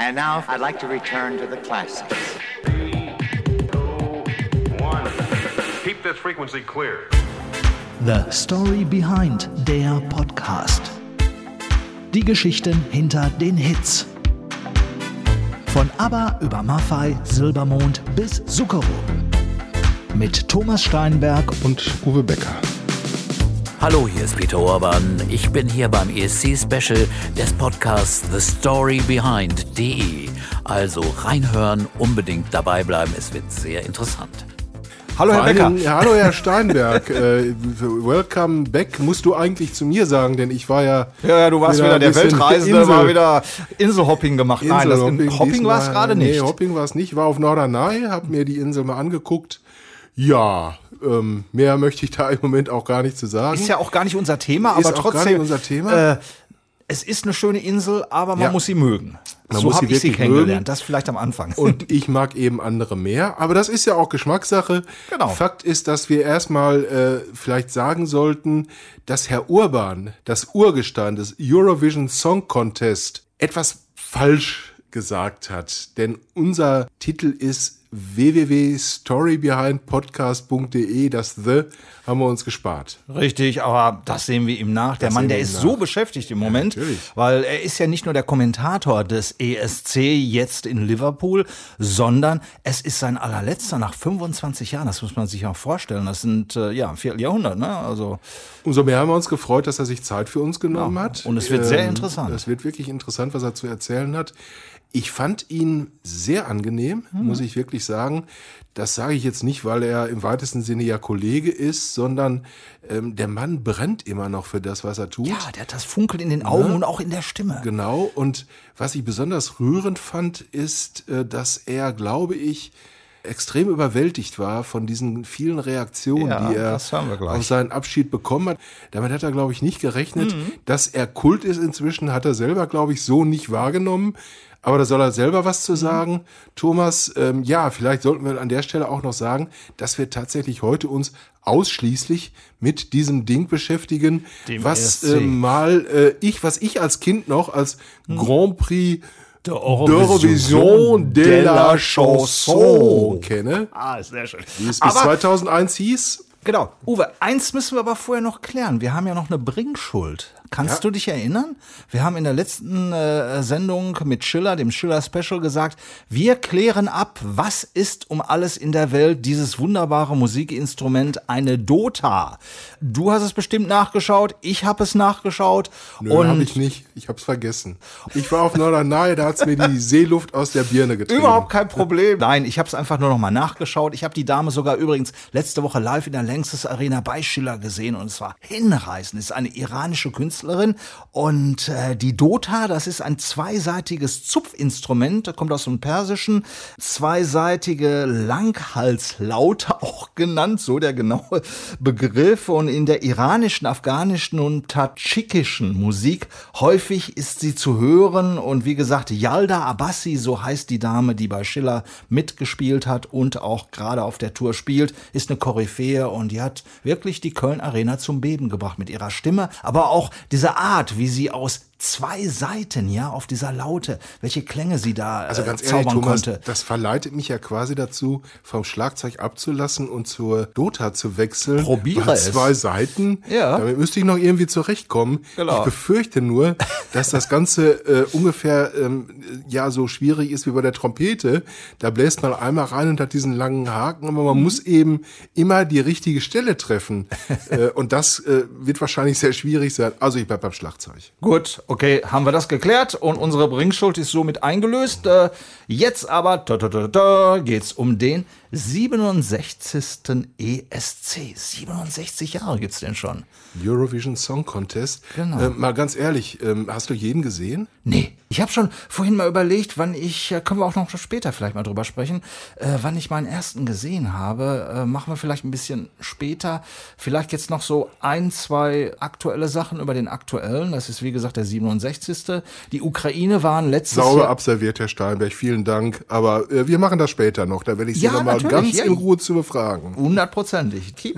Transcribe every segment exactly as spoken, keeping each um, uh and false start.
And now I'd like to return to the classics. Three, two, one. Keep this frequency clear. The Story Behind, der Podcast. Die Geschichten hinter den Hits. Von ABBA über Maffay, Silbermond bis Zucchero. Mit Thomas Steinberg und Uwe Becker. Hallo, hier ist Peter Orban. Ich bin hier beim E S C-Special des Podcasts The Story Behind punkt de. Also reinhören, unbedingt dabei bleiben, es wird sehr interessant. Hallo Herr Becker. Ja, hallo Herr Steinberg. äh, welcome back musst du eigentlich zu mir sagen, denn ich war ja... Ja, ja, du warst wieder, wieder der Weltreisende, Insel, war wieder Inselhopping gemacht. Nein, das Hopping, Hopping war es gerade nicht. Nee, Hopping war es nicht. War auf Norderney, hab mir die Insel mal angeguckt. Ja, ähm, mehr möchte ich da im Moment auch gar nicht zu sagen. Ist ja auch gar nicht unser Thema, ist aber auch trotzdem... Gar nicht unser Thema. Äh, es ist eine schöne Insel, aber man ja. muss sie mögen. Man so habe ich sie kennengelernt, mögen. Das vielleicht am Anfang. Und ich mag eben andere mehr, aber das ist ja auch Geschmackssache. Genau. Fakt ist, dass wir erstmal äh, vielleicht sagen sollten, dass Herr Urban, das Urgestein des Eurovision Song Contest, etwas falsch gesagt hat. Denn unser Titel ist w w w punkt story behind podcast punkt de. Das The haben wir uns gespart. Richtig, aber das sehen wir ihm nach. Der Das Mann, der sehen wir ist ihm so nach. beschäftigt im Moment, natürlich. weil er ist ja nicht nur der Kommentator des E S C jetzt in Liverpool, sondern es ist sein allerletzter nach fünfundzwanzig Jahren. Das muss man sich auch vorstellen. Das sind äh, ja ein Vierteljahrhundert, ne? Also Umso mehr haben wir uns gefreut, dass er sich Zeit für uns genommen Ja, hat. und es wird sehr interessant. Es wird wirklich interessant, was er zu erzählen hat. Ich fand ihn sehr angenehm, mhm. muss ich wirklich sagen. Das sage ich jetzt nicht, weil er im weitesten Sinne ja Kollege ist, sondern ähm, der Mann brennt immer noch für das, was er tut. ja, der hat das Funkeln in den Augen Ja. und auch in der Stimme. Genau. Und was ich besonders rührend fand, ist, äh, dass er, glaube ich, extrem überwältigt war von diesen vielen Reaktionen, Ja, die er das hören wir gleich. auf seinen Abschied bekommen hat. Damit hat er, glaube ich, nicht gerechnet. Mhm. Dass er Kult ist inzwischen, hat er selber, glaube ich, so nicht wahrgenommen. Aber da soll er selber was zu sagen. Thomas, ähm, ja, vielleicht sollten wir an der Stelle auch noch sagen, dass wir tatsächlich heute uns ausschließlich mit diesem Ding beschäftigen, Dem was E S C. äh, mal äh, ich, was ich als Kind noch als Hm. Grand Prix Der d'Eurovision de la Chanson kenne, Ah, sehr schön. wie es bis Aber zweitausendeins hieß. Genau. Uwe, eins müssen wir aber vorher noch klären. Wir haben ja noch eine Bringschuld. Kannst Ja. du dich erinnern? Wir haben in der letzten äh, Sendung mit Schiller, dem Schiller-Special, gesagt, wir klären ab, was ist um alles in der Welt dieses wunderbare Musikinstrument, eine Dota. Du hast es bestimmt nachgeschaut, ich habe es nachgeschaut. Nö, und habe ich nicht. Ich habe es vergessen. Ich war auf Norderney, da hat's mir die Seeluft aus der Birne getrieben. Überhaupt kein Problem. Nein, ich habe es einfach nur noch mal nachgeschaut. Ich habe die Dame sogar übrigens letzte Woche live in der Lanxess Arena bei Schiller gesehen und es war hinreißend. Es ist eine iranische Künstlerin und äh, die Dota, das ist ein zweiseitiges Zupfinstrument, das kommt aus dem Persischen, zweiseitige Langhalslaute auch genannt, so der genaue Begriff. Und in der iranischen, afghanischen und tadschikischen Musik häufig ist sie zu hören und wie gesagt, Yalda Abbasi, so heißt die Dame, die bei Schiller mitgespielt hat und auch gerade auf der Tour spielt, ist eine Koryphäe und die hat wirklich die Köln Arena zum Beben gebracht mit ihrer Stimme, aber auch diese Art, wie sie aus zwei Seiten, ja, auf dieser Laute, welche Klänge sie da Also ganz äh, ehrlich, zaubern Thomas, konnte. das verleitet mich ja quasi dazu, vom Schlagzeug abzulassen und zur Dota zu wechseln. Probiere Weil es. Zwei Seiten, Ja. damit müsste ich noch irgendwie zurechtkommen. Genau. Ich befürchte nur, dass das Ganze äh, ungefähr ähm, ja so schwierig ist wie bei der Trompete. Da bläst man einmal rein und hat diesen langen Haken, aber man Mhm. muss eben immer die richtige Stelle treffen. äh, und das äh, wird wahrscheinlich sehr schwierig sein. Also ich bleib beim Schlagzeug. Gut, okay, haben wir das geklärt und unsere Bringschuld ist somit eingelöst. Äh, jetzt aber ta, ta, ta, ta, geht's um den siebenundsechzigsten E S C. siebenundsechzig Jahre gibt's denn schon. Eurovision Song Contest. Genau. Äh, mal ganz ehrlich, ähm, hast du jeden gesehen? Nee, ich habe schon vorhin mal überlegt, wann ich, äh, können wir auch noch später vielleicht mal drüber sprechen, äh, wann ich meinen ersten gesehen habe. Äh, machen wir vielleicht ein bisschen später. Vielleicht jetzt noch so ein, zwei aktuelle Sachen über den aktuellen. Das ist wie gesagt der siebenundsechzigste. Die Ukraine waren letztes Sauber Jahr... abserviert, Herr Steinberg, vielen Dank. Aber äh, wir machen das später noch, da werde ich Sie Ja, nochmal natürlich, ganz ja. in Ruhe zu befragen. Hundertprozentig. Keep,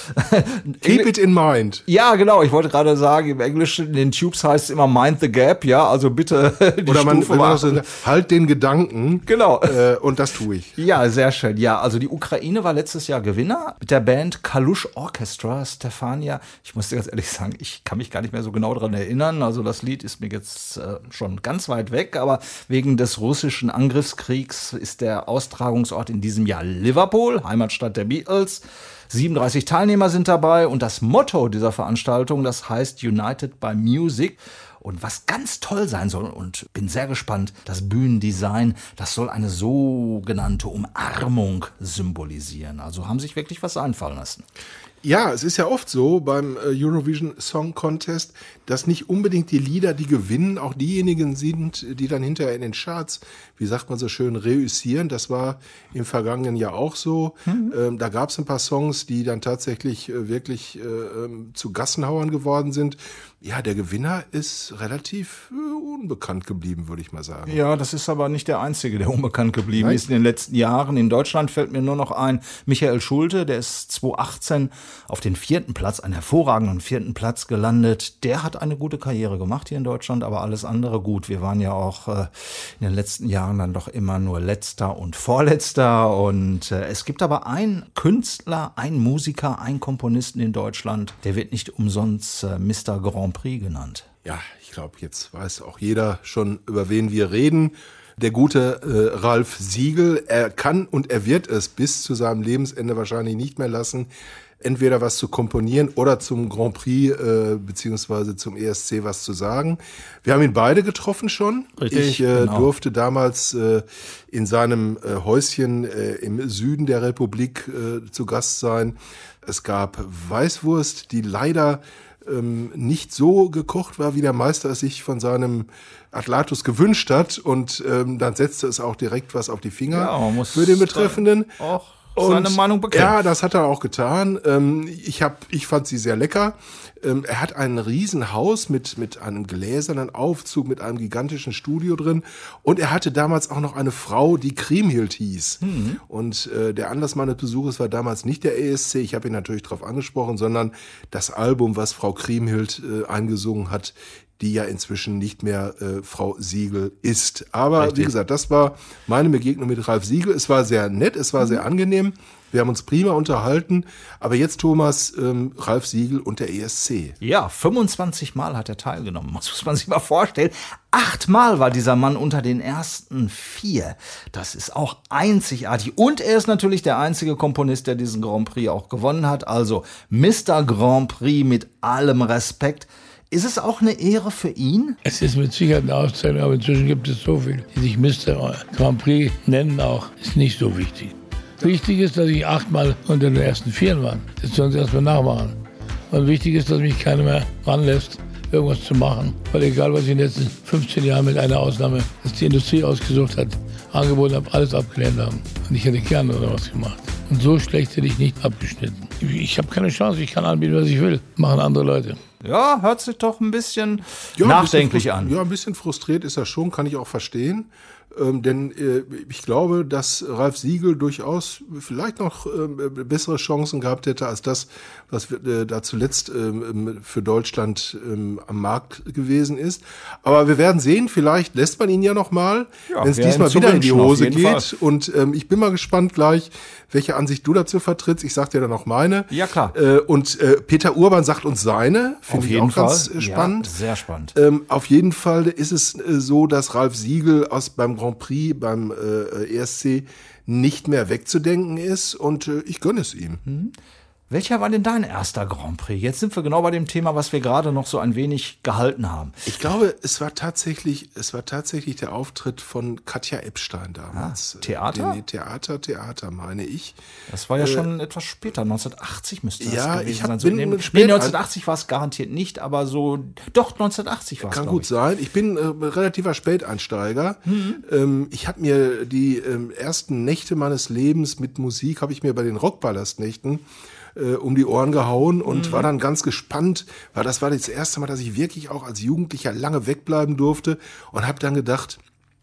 Keep it in mind. Ja, genau. Ich wollte gerade sagen, im Englischen, in den Tubes heißt es immer mind the gap, ja, also bitte die Oder man, Stufe man machen. so, halt den Gedanken. Genau. Äh, und das tue ich. Ja, sehr schön. Ja, also die Ukraine war letztes Jahr Gewinner mit der Band Kalush Orchestra, Stefania. Ich muss dir ganz ehrlich sagen, ich kann mich gar nicht mehr so genau daran erinnern. Also das Lied ist mir jetzt äh, schon ganz weit weg, aber wegen des russischen Angriffskriegs ist der Austragungsort in diesem Jahr Liverpool, Heimatstadt der Beatles. siebenunddreißig Teilnehmer sind dabei und das Motto dieser Veranstaltung, das heißt United by Music. Und was ganz toll sein soll, und bin sehr gespannt, das Bühnendesign, das soll eine sogenannte Umarmung symbolisieren. Also haben sich wirklich was einfallen lassen. Ja, es ist ja oft so beim äh, Eurovision Song Contest, dass nicht unbedingt die Lieder, die gewinnen, auch diejenigen sind, die dann hinterher in den Charts, wie sagt man so schön, reüssieren. Das war im vergangenen Jahr auch so. Mhm. Ähm, da gab es ein paar Songs, die dann tatsächlich äh, wirklich äh, zu Gassenhauern geworden sind. Ja, der Gewinner ist relativ äh, unbekannt geblieben, würde ich mal sagen. Ja, das ist aber nicht der Einzige, der unbekannt geblieben Nein. ist in den letzten Jahren. In Deutschland fällt mir nur noch ein Michael Schulte, der ist zweitausendachtzehn auf den vierten Platz, einen hervorragenden vierten Platz gelandet. Der hat eine gute Karriere gemacht hier in Deutschland, aber alles andere gut. Wir waren ja auch äh, in den letzten Jahren dann doch immer nur Letzter und Vorletzter. Und äh, es gibt aber einen Künstler, einen Musiker, einen Komponisten in Deutschland, der wird nicht umsonst äh, Mister Grand Prix genannt. Ja, ich glaube, jetzt weiß auch jeder schon, über wen wir reden. Der gute äh, Ralf Siegel, er kann und er wird es bis zu seinem Lebensende wahrscheinlich nicht mehr lassen, entweder was zu komponieren oder zum Grand Prix äh, beziehungsweise zum E S C was zu sagen. Wir haben ihn beide getroffen schon. Richtig, ich äh, genau. durfte damals äh, in seinem äh, Häuschen äh, im Süden der Republik äh, zu Gast sein. Es gab Weißwurst, die leider ähm, nicht so gekocht war, wie der Meister es sich von seinem Atlatus gewünscht hat. Und ähm, dann setzte es auch direkt was auf die Finger Ja, man muss für den Betreffenden. auch seine Meinung bekennen. Ja, das hat er auch getan. Ähm, ich hab, ich fand sie sehr lecker. Ähm, er hat ein Riesenhaus mit, mit einem gläsernen Aufzug, mit einem gigantischen Studio drin. Und er hatte damals auch noch eine Frau, die Kriemhild hieß. Mhm. Und äh, der Anlass meines Besuches war damals nicht der E S C. Ich habe ihn natürlich darauf angesprochen, sondern das Album, was Frau Kriemhild äh, eingesungen hat, die ja inzwischen nicht mehr äh, Frau Siegel ist. Aber Richtig. Wie gesagt, das war meine Begegnung mit Ralf Siegel. Es war sehr nett, es war mhm. sehr angenehm. Wir haben uns prima unterhalten. Aber jetzt, Thomas, ähm, Ralf Siegel und der E S C. Ja, fünfundzwanzig Mal hat er teilgenommen. Das muss man sich mal vorstellen. Achtmal war dieser Mann unter den ersten vier. Das ist auch einzigartig. Und er ist natürlich der einzige Komponist, der diesen Grand Prix auch gewonnen hat. Also Mister Grand Prix mit allem Respekt. Ist es auch eine Ehre für ihn? Es ist mit Sicherheit eine Auszeichnung, aber inzwischen gibt es so viele, die sich Mister Grand Prix nennen auch. Ist nicht so wichtig. Wichtig ist, dass ich achtmal unter den ersten Vieren war. Das sollen sie erstmal nachmachen. Und wichtig ist, dass mich keiner mehr ranlässt, irgendwas zu machen. Weil egal, was ich in den letzten fünfzehn Jahren mit einer Ausnahme, dass die Industrie ausgesucht hat, angeboten habe, alles abgelehnt haben. Und ich hätte gerne oder was gemacht. Und so schlecht hätte ich nicht abgeschnitten. Ich habe keine Chance, ich kann anbieten, was ich will. Machen andere Leute. Ja, hört sich doch ein bisschen ja, nachdenklich ein bisschen, an. Ja, ein bisschen frustriert ist er schon, kann ich auch verstehen. Ähm, denn äh, ich glaube, dass Ralf Siegel durchaus vielleicht noch äh, bessere Chancen gehabt hätte als das, was äh, da zuletzt äh, für Deutschland äh, am Markt gewesen ist. Aber wir werden sehen, vielleicht lässt man ihn ja noch mal, ja, wenn es diesmal wieder in die Hose geht. Fall. Und ähm, ich bin mal gespannt gleich, welche Ansicht du dazu vertrittst. Ich sag dir dann noch meine. Ja, klar. Äh, und äh, Peter Urban sagt uns seine. Finde ich auch Fall. ganz äh, spannend. Ja, sehr spannend. Ähm, auf jeden Fall ist es äh, so, dass Ralf Siegel aus beim Grand Prix, beim äh, E S C nicht mehr wegzudenken ist und äh, ich gönne es ihm. Mhm. Welcher war denn dein erster Grand Prix? Jetzt sind wir genau bei dem Thema, was wir gerade noch so ein wenig gehalten haben. Ich glaube, es war tatsächlich, es war tatsächlich der Auftritt von Katja Epstein damals. Ah, Theater? Nee, Theater, Theater, meine ich. Das war ja äh, schon etwas später, neunzehnhochenachtzig müsste das ja, gewesen ich hab, sein. So bin nee, spät neunzehnhundertachtzig war es garantiert nicht, aber so, doch, neunzehnhundertachtzig war es, Kann gut ich. sein. Ich bin äh, relativer Späteinsteiger. Mhm. Ähm, ich habe mir die ähm, ersten Nächte meines Lebens mit Musik, habe ich mir bei den Rockpalastnächten um die Ohren gehauen und mhm. war dann ganz gespannt, weil das war das erste Mal, dass ich wirklich auch als Jugendlicher lange wegbleiben durfte und habe dann gedacht,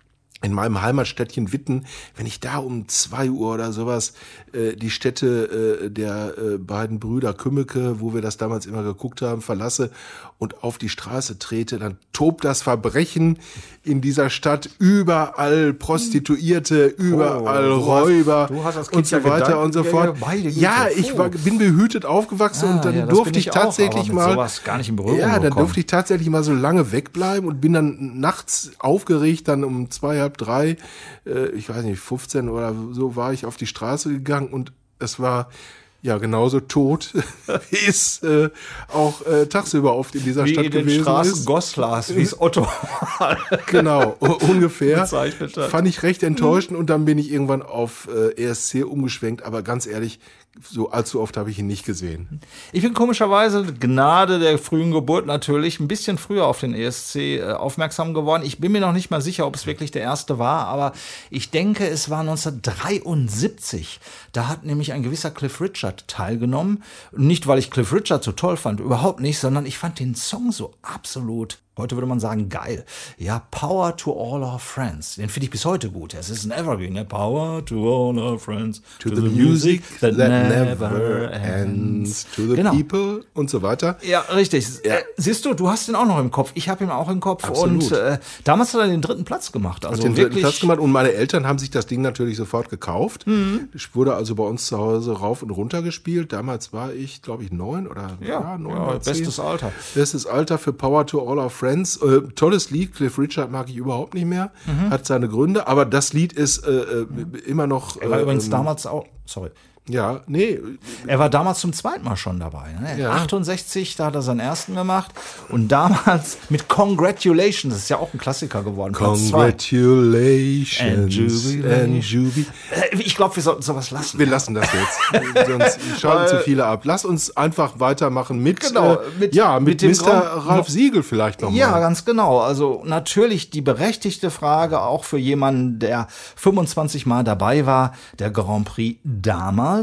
in meinem Heimatstädtchen Witten, wenn ich da um zwei Uhr oder sowas äh, die Stätte äh, der äh, beiden Brüder Kümmeke, wo wir das damals immer geguckt haben, verlasse und auf die Straße trete, dann tobt das Verbrechen in dieser Stadt. Überall Prostituierte, überall oh, du Räuber hast, du hast als Kind und so ja weiter Gedanken, und so fort. Ja, ja, ich war, bin behütet aufgewachsen ah, und dann ja, das durfte bin ich, ich tatsächlich auch, mal sowas gar nicht in Berührung ja, dann gekommen. durfte ich tatsächlich mal so lange wegbleiben und bin dann nachts aufgeregt, dann um zwei, halb drei, äh, ich weiß nicht, fünfzehn oder so, war ich auf die Straße gegangen und es war ja genauso tot, wie es äh, auch äh, tagsüber oft in dieser wie Stadt in den gewesen Straßen ist. Goslars, wie es Otto mal Genau, ungefähr. bezeichnet hat. Fand ich recht enttäuschend und dann bin ich irgendwann auf äh, E S C umgeschwenkt, aber ganz ehrlich, so allzu oft habe ich ihn nicht gesehen. Ich bin komischerweise, Gnade der frühen Geburt natürlich, ein bisschen früher auf den E S C äh, aufmerksam geworden. Ich bin mir noch nicht mal sicher, ob es wirklich der erste war, aber ich denke, es war neunzehnhundertdreiundsiebzig. Da hat nämlich ein gewisser Cliff Richard teilgenommen. Nicht, weil ich Cliff Richard so toll fand, überhaupt nicht, sondern ich fand den Song so absolut, heute würde man sagen, geil. Ja, Power to all our friends. Den finde ich bis heute gut. Es ist ein Evergreen, ne? Power to all our friends. To, to the, the music that, that never ends. To the genau. people und so weiter. Ja, richtig. Ja. Äh, siehst du, du hast den auch noch im Kopf. Ich habe ihn auch im Kopf. Absolut. Und äh, damals hat er den dritten Platz gemacht. Also den wirklich dritten Platz gemacht und meine Eltern haben sich das Ding natürlich sofort gekauft. Mhm. Ich wurde also bei uns zu Hause rauf und runter gespielt. Damals war ich, glaube ich, neun oder ja, ja, neun ja, oder zehn. bestes Alter. Bestes Alter für Power to all our friends. Äh, tolles Lied. Cliff Richard mag ich überhaupt nicht mehr. Mhm. Hat seine Gründe. Aber das Lied ist äh, immer noch... Er war äh, übrigens ähm, damals auch... Sorry. Ja, nee. Er war damals zum zweiten Mal schon dabei. Ne? Ja. achtundsechzig, da hat er seinen ersten gemacht. Und damals mit Congratulations, das ist ja auch ein Klassiker geworden. Congratulations and Jubilee. And Jubilee. Ich glaube, wir sollten sowas lassen. Wir lassen das jetzt. Sonst schalten zu viele ab. Lass uns einfach weitermachen mit, genau, äh, mit, ja, mit, mit dem Mister Grand- Ralf Siegel vielleicht nochmal. Ja, ganz genau. Also natürlich die berechtigte Frage auch für jemanden, der fünfundzwanzig Mal dabei war, der Grand Prix damals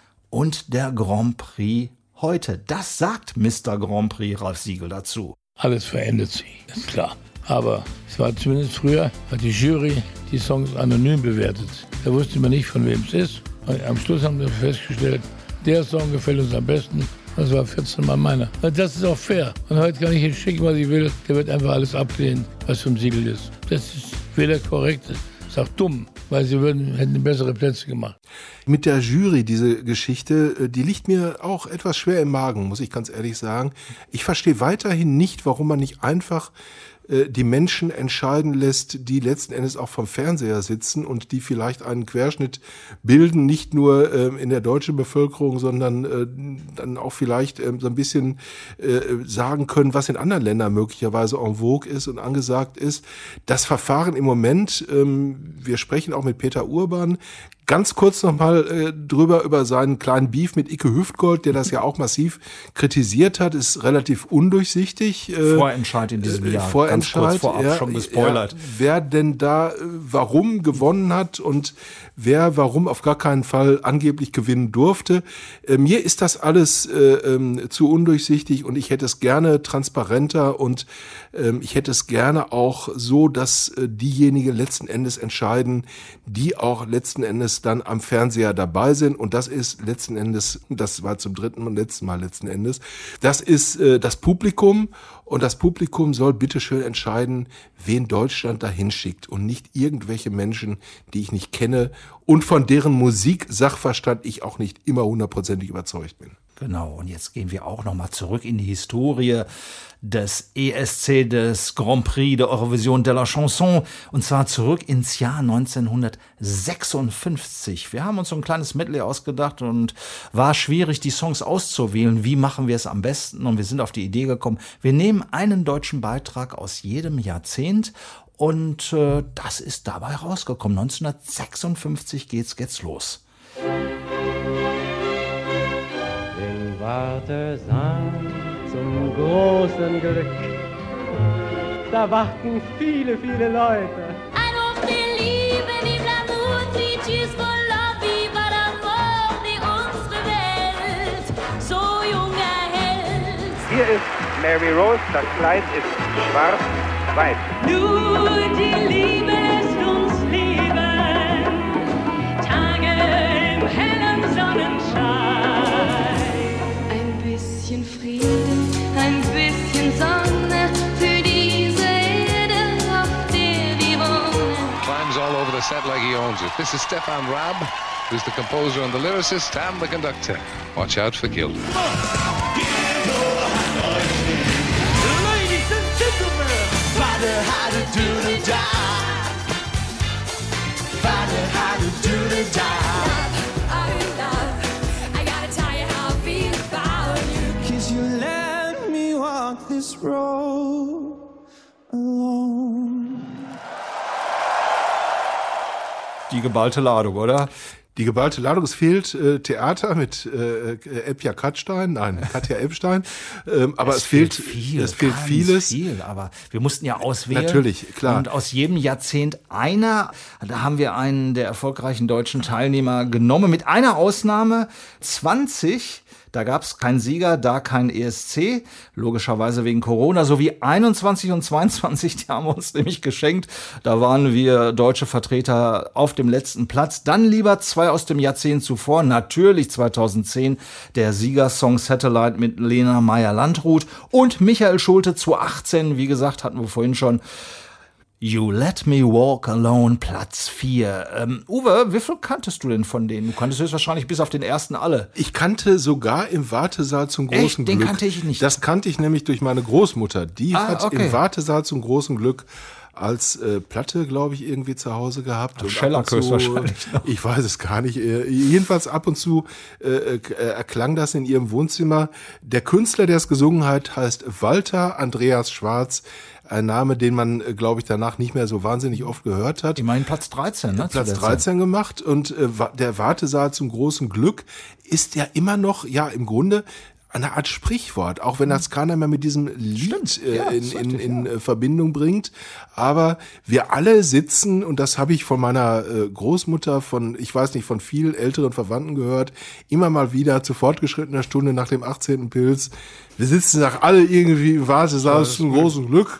und der Grand Prix heute. Das sagt Mister Grand Prix Ralf Siegel dazu. Alles verändert sich, ist klar. Aber es war zumindest früher, hat die Jury die Songs anonym bewertet. Da wusste man nicht, von wem es ist. Und am Schluss haben wir festgestellt, der Song gefällt uns am besten. Das war vierzehn Mal meiner. Und das ist auch fair. Und heute kann ich ihn schicken, was ich will. Der wird einfach alles ablehnen, was vom Siegel ist. Das ist weder korrekt, ist auch dumm, weil sie würden, hätten bessere Plätze gemacht. Mit der Jury, diese Geschichte, die liegt mir auch etwas schwer im Magen, muss ich ganz ehrlich sagen. Ich verstehe weiterhin nicht, warum man nicht einfach äh, die Menschen entscheiden lässt, die letzten Endes auch vom Fernseher sitzen und die vielleicht einen Querschnitt bilden, nicht nur äh, in der deutschen Bevölkerung, sondern äh, dann auch vielleicht äh, so ein bisschen äh, sagen können, was in anderen Ländern möglicherweise en vogue ist und angesagt ist. Das Verfahren im Moment, ähm, wir sprechen auch mit Peter Urban, ganz kurz nochmal äh, drüber, über seinen kleinen Beef mit Icke Hüftgold, der das ja auch massiv kritisiert hat, ist relativ undurchsichtig. Äh, Vorentscheid in diesem Jahr. Vorentscheid, Ganz kurz vorab ja, schon gespoilert. Ja, wer denn da äh, warum gewonnen hat und wer warum auf gar keinen Fall angeblich gewinnen durfte. Äh, mir ist das alles äh, ähm, zu undurchsichtig und ich hätte es gerne transparenter und ähm, ich hätte es gerne auch so, dass äh, diejenigen letzten Endes entscheiden, die auch letzten Endes dann am Fernseher dabei sind und das ist letzten Endes, das war zum dritten und letzten Mal letzten Endes, das ist äh, das Publikum und das Publikum soll bitteschön entscheiden, wen Deutschland dahin schickt und nicht irgendwelche Menschen, die ich nicht kenne und von deren Musiksachverstand ich auch nicht immer hundertprozentig überzeugt bin. Genau, und jetzt gehen wir auch nochmal zurück in die Historie des E S C, des Grand Prix de Eurovision de la Chanson, und zwar zurück ins Jahr neunzehnhundertsechsundfünfzig. Wir haben uns so ein kleines Medley ausgedacht und war schwierig, die Songs auszuwählen. Wie machen wir es am besten? Und wir sind auf die Idee gekommen, wir nehmen einen deutschen Beitrag aus jedem Jahrzehnt und äh, das ist dabei rausgekommen. neunzehnhundertsechsundfünfzig geht's, geht's los. Im Wartesaal zum großen Glück, da warten viele, viele Leute. I don't believe in l'amour, die Tschüss for love, viva l'amour, die unsere Welt so jung erhält. Hier ist Mary Rose, das Kleid ist schwarz-weiß. Nur die Liebe lässt uns that like he owns it. This is Stefan Raab, who's the composer and the lyricist and the conductor. Watch out for Gildo. Ladies and gentlemen, Father had to do the die. Father had to do the die. Oh, love, I gotta tell you how I feel about you. Cause you let me walk this road alone. Die geballte Ladung, oder? Die geballte Ladung, es fehlt äh, Theater mit äh, Epja Katstein, nein, Katja Epstein, ähm, aber es, es fehlt, fehlt viel, es fehlt vieles. Viel, aber wir mussten ja auswählen. Natürlich, klar. Und aus jedem Jahrzehnt einer, da haben wir einen der erfolgreichen deutschen Teilnehmer genommen, mit einer Ausnahme, zwanzig. Da gab es keinen Sieger, da kein E S C, logischerweise wegen Corona, sowie einundzwanzig und zweiundzwanzig, die haben wir uns nämlich geschenkt. Da waren wir deutsche Vertreter auf dem letzten Platz. Dann lieber zwei aus dem Jahrzehnt zuvor, natürlich zweitausendzehn, der Siegersong Satellite mit Lena Meyer-Landrut und Michael Schulte zweitausendachtzehn, wie gesagt, hatten wir vorhin schon. You Let Me Walk Alone, Platz vier. Ähm, Uwe, wie viel kanntest du denn von denen? Du kanntest höchstwahrscheinlich bis auf den ersten alle. Ich kannte sogar im Wartesaal zum großen Echt? Glück. Den kannte ich nicht. Das kannte ich nämlich durch meine Großmutter. Die Ah, hat okay. im Wartesaal zum großen Glück als äh, Platte, glaube ich, irgendwie zu Hause gehabt. Und ab und Schellack zu, wahrscheinlich noch. Ich weiß es gar nicht. Äh, jedenfalls ab und zu äh, äh, erklang das in ihrem Wohnzimmer. Der Künstler, der es gesungen hat, heißt Walter Andreas Schwarz. Ein Name, den man, äh, glaube ich, danach nicht mehr so wahnsinnig oft gehört hat. Ich meine Platz dreizehn, ne? Platz dreizehn gemacht. Und äh, wa- der Wartesaal zum großen Glück ist ja immer noch, ja, im Grunde eine Art Sprichwort, auch wenn das keiner mehr mit diesem Lied äh, Ja, in, ist in, richtig, in ja. äh, Verbindung bringt. Aber wir alle sitzen, und das habe ich von meiner äh, Großmutter, von, ich weiß nicht, von vielen älteren Verwandten gehört, immer mal wieder zu fortgeschrittener Stunde nach dem achtzehnten Pilz. Wir sitzen nach alle irgendwie im Wartesaal zum großen Glück.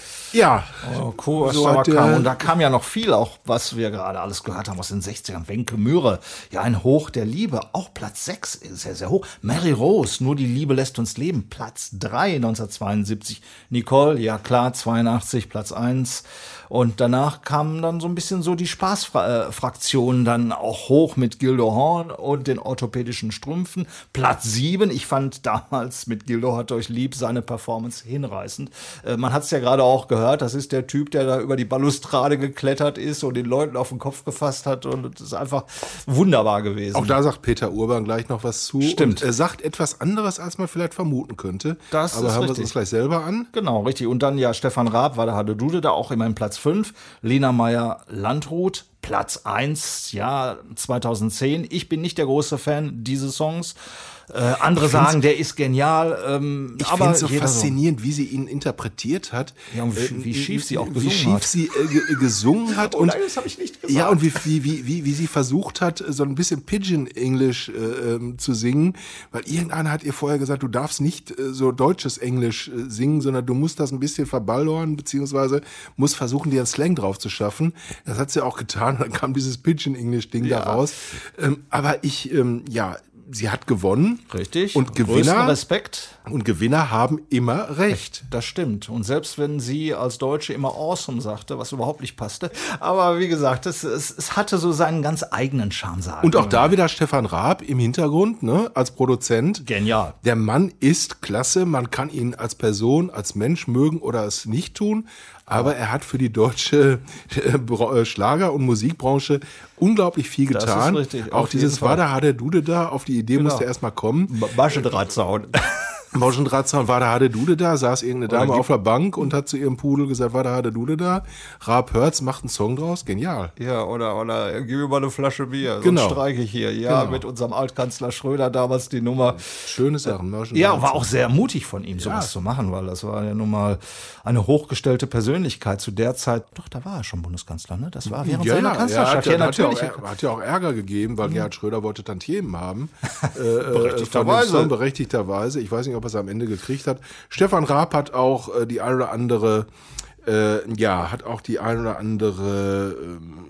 Ja, Oh, cool, so was hat da der- kam. Und da kam ja noch viel, auch was wir gerade alles gehört haben aus den sechzigern. Wenke Möhre, ja, ein Hoch der Liebe, auch Platz sechs, sehr, sehr hoch. Mary Rose, Nur die Liebe lässt uns leben, Platz drei neunzehnhundertzweiundsiebzig. Nicole, ja klar, zweiundachtzig, Platz eins. Und danach kamen dann so ein bisschen so die Spaßfraktionen dann auch hoch mit Gildo Horn und den orthopädischen Strümpfen. Platz sieben, ich fand damals mit Gildo hat euch lieb seine Performance hinreißend. Äh, man hat es ja gerade auch gehört, das ist der Typ, der da über die Balustrade geklettert ist und den Leuten auf den Kopf gefasst hat, und es ist einfach wunderbar gewesen. Auch da sagt Peter Urban gleich noch was zu. Stimmt. Und er sagt etwas anderes, als man vielleicht vermuten könnte. Das Aber ist hören wir es richtig. uns gleich selber an. Genau, richtig. Und dann ja Stefan Raab, war der Hadedude, da auch immerhin Platz fünf. Lena Meyer-Landrut, Platz eins, ja, zweitausendzehn. Ich bin nicht der große Fan dieses Songs. Äh, andere Ich find's- sagen, der ist genial. Ähm, Ich aber finde es so jeder faszinierend, wie sie ihn interpretiert hat. Ja, und wie, Äh, wie schief sie auch wie gesungen schief hat. sie äh, ge- gesungen hat. Oh und, nein, das habe ich nicht gesagt. Ja, und wie, wie, wie, wie, wie sie versucht hat, so ein bisschen Pidgin-Englisch äh, ähm, zu singen. Weil irgendeiner hat ihr vorher gesagt, du darfst nicht äh, so deutsches Englisch äh, singen, sondern du musst das ein bisschen verballhorn, beziehungsweise musst versuchen, dir einen Slang drauf zu schaffen. Das hat sie auch getan. Dann kam dieses Pidgin-English-Ding Ja. da raus. Ähm, aber ich, ähm, ja... Sie hat gewonnen. Richtig. Und Größten Gewinner, Respekt. und Gewinner haben immer recht. Das stimmt. Und selbst wenn sie als Deutsche immer awesome sagte, was überhaupt nicht passte. Aber wie gesagt, es, es, es hatte so seinen ganz eigenen Charme, sagen Und auch wir. da wieder Stefan Raab im Hintergrund, ne, als Produzent. Genial. Der Mann ist klasse. Man kann ihn als Person, als Mensch mögen oder es nicht tun. Aber er hat für die deutsche äh, Bra- äh, Schlager- und Musikbranche unglaublich viel Das ist getan. richtig, Auch auf jeden dieses Fall. Wada Hade Dude da, auf die Idee Genau. musste er erstmal kommen. Maschendrahtzaun. Maschendrahtzaun, war der Hade Dude da, saß irgendeine Oder Dame gib- auf der Bank und hat zu ihrem Pudel gesagt, war der Hade Dude da. Raab hört's, macht einen Song draus, genial. Ja, oder, oder gib mir mal eine Flasche Bier, Genau. sonst streike ich hier. Ja, Genau. mit unserem Altkanzler Schröder damals die Nummer. Schöne Sachen. Maschendrahtzaun. Ja, war auch sehr mutig von ihm, sowas Ja. zu machen, weil das war ja nun mal eine hochgestellte Persönlichkeit zu der Zeit. Doch, da war er schon Bundeskanzler, ne? Das war während Ja, seiner ja, er Kanzlerschaft. hat, Ja, ja, hat, ja auch, natürlich. er hat ja auch Ärger gegeben, weil Gerhard Schröder wollte Tantiemen haben. äh, äh, Berechtigterweise. von dem Song, berechtigterweise. Ich weiß nicht, ob er es am Ende gekriegt hat. Stefan Raab hat auch äh, die eine oder andere, äh, ja, hat auch die eine oder andere ähm,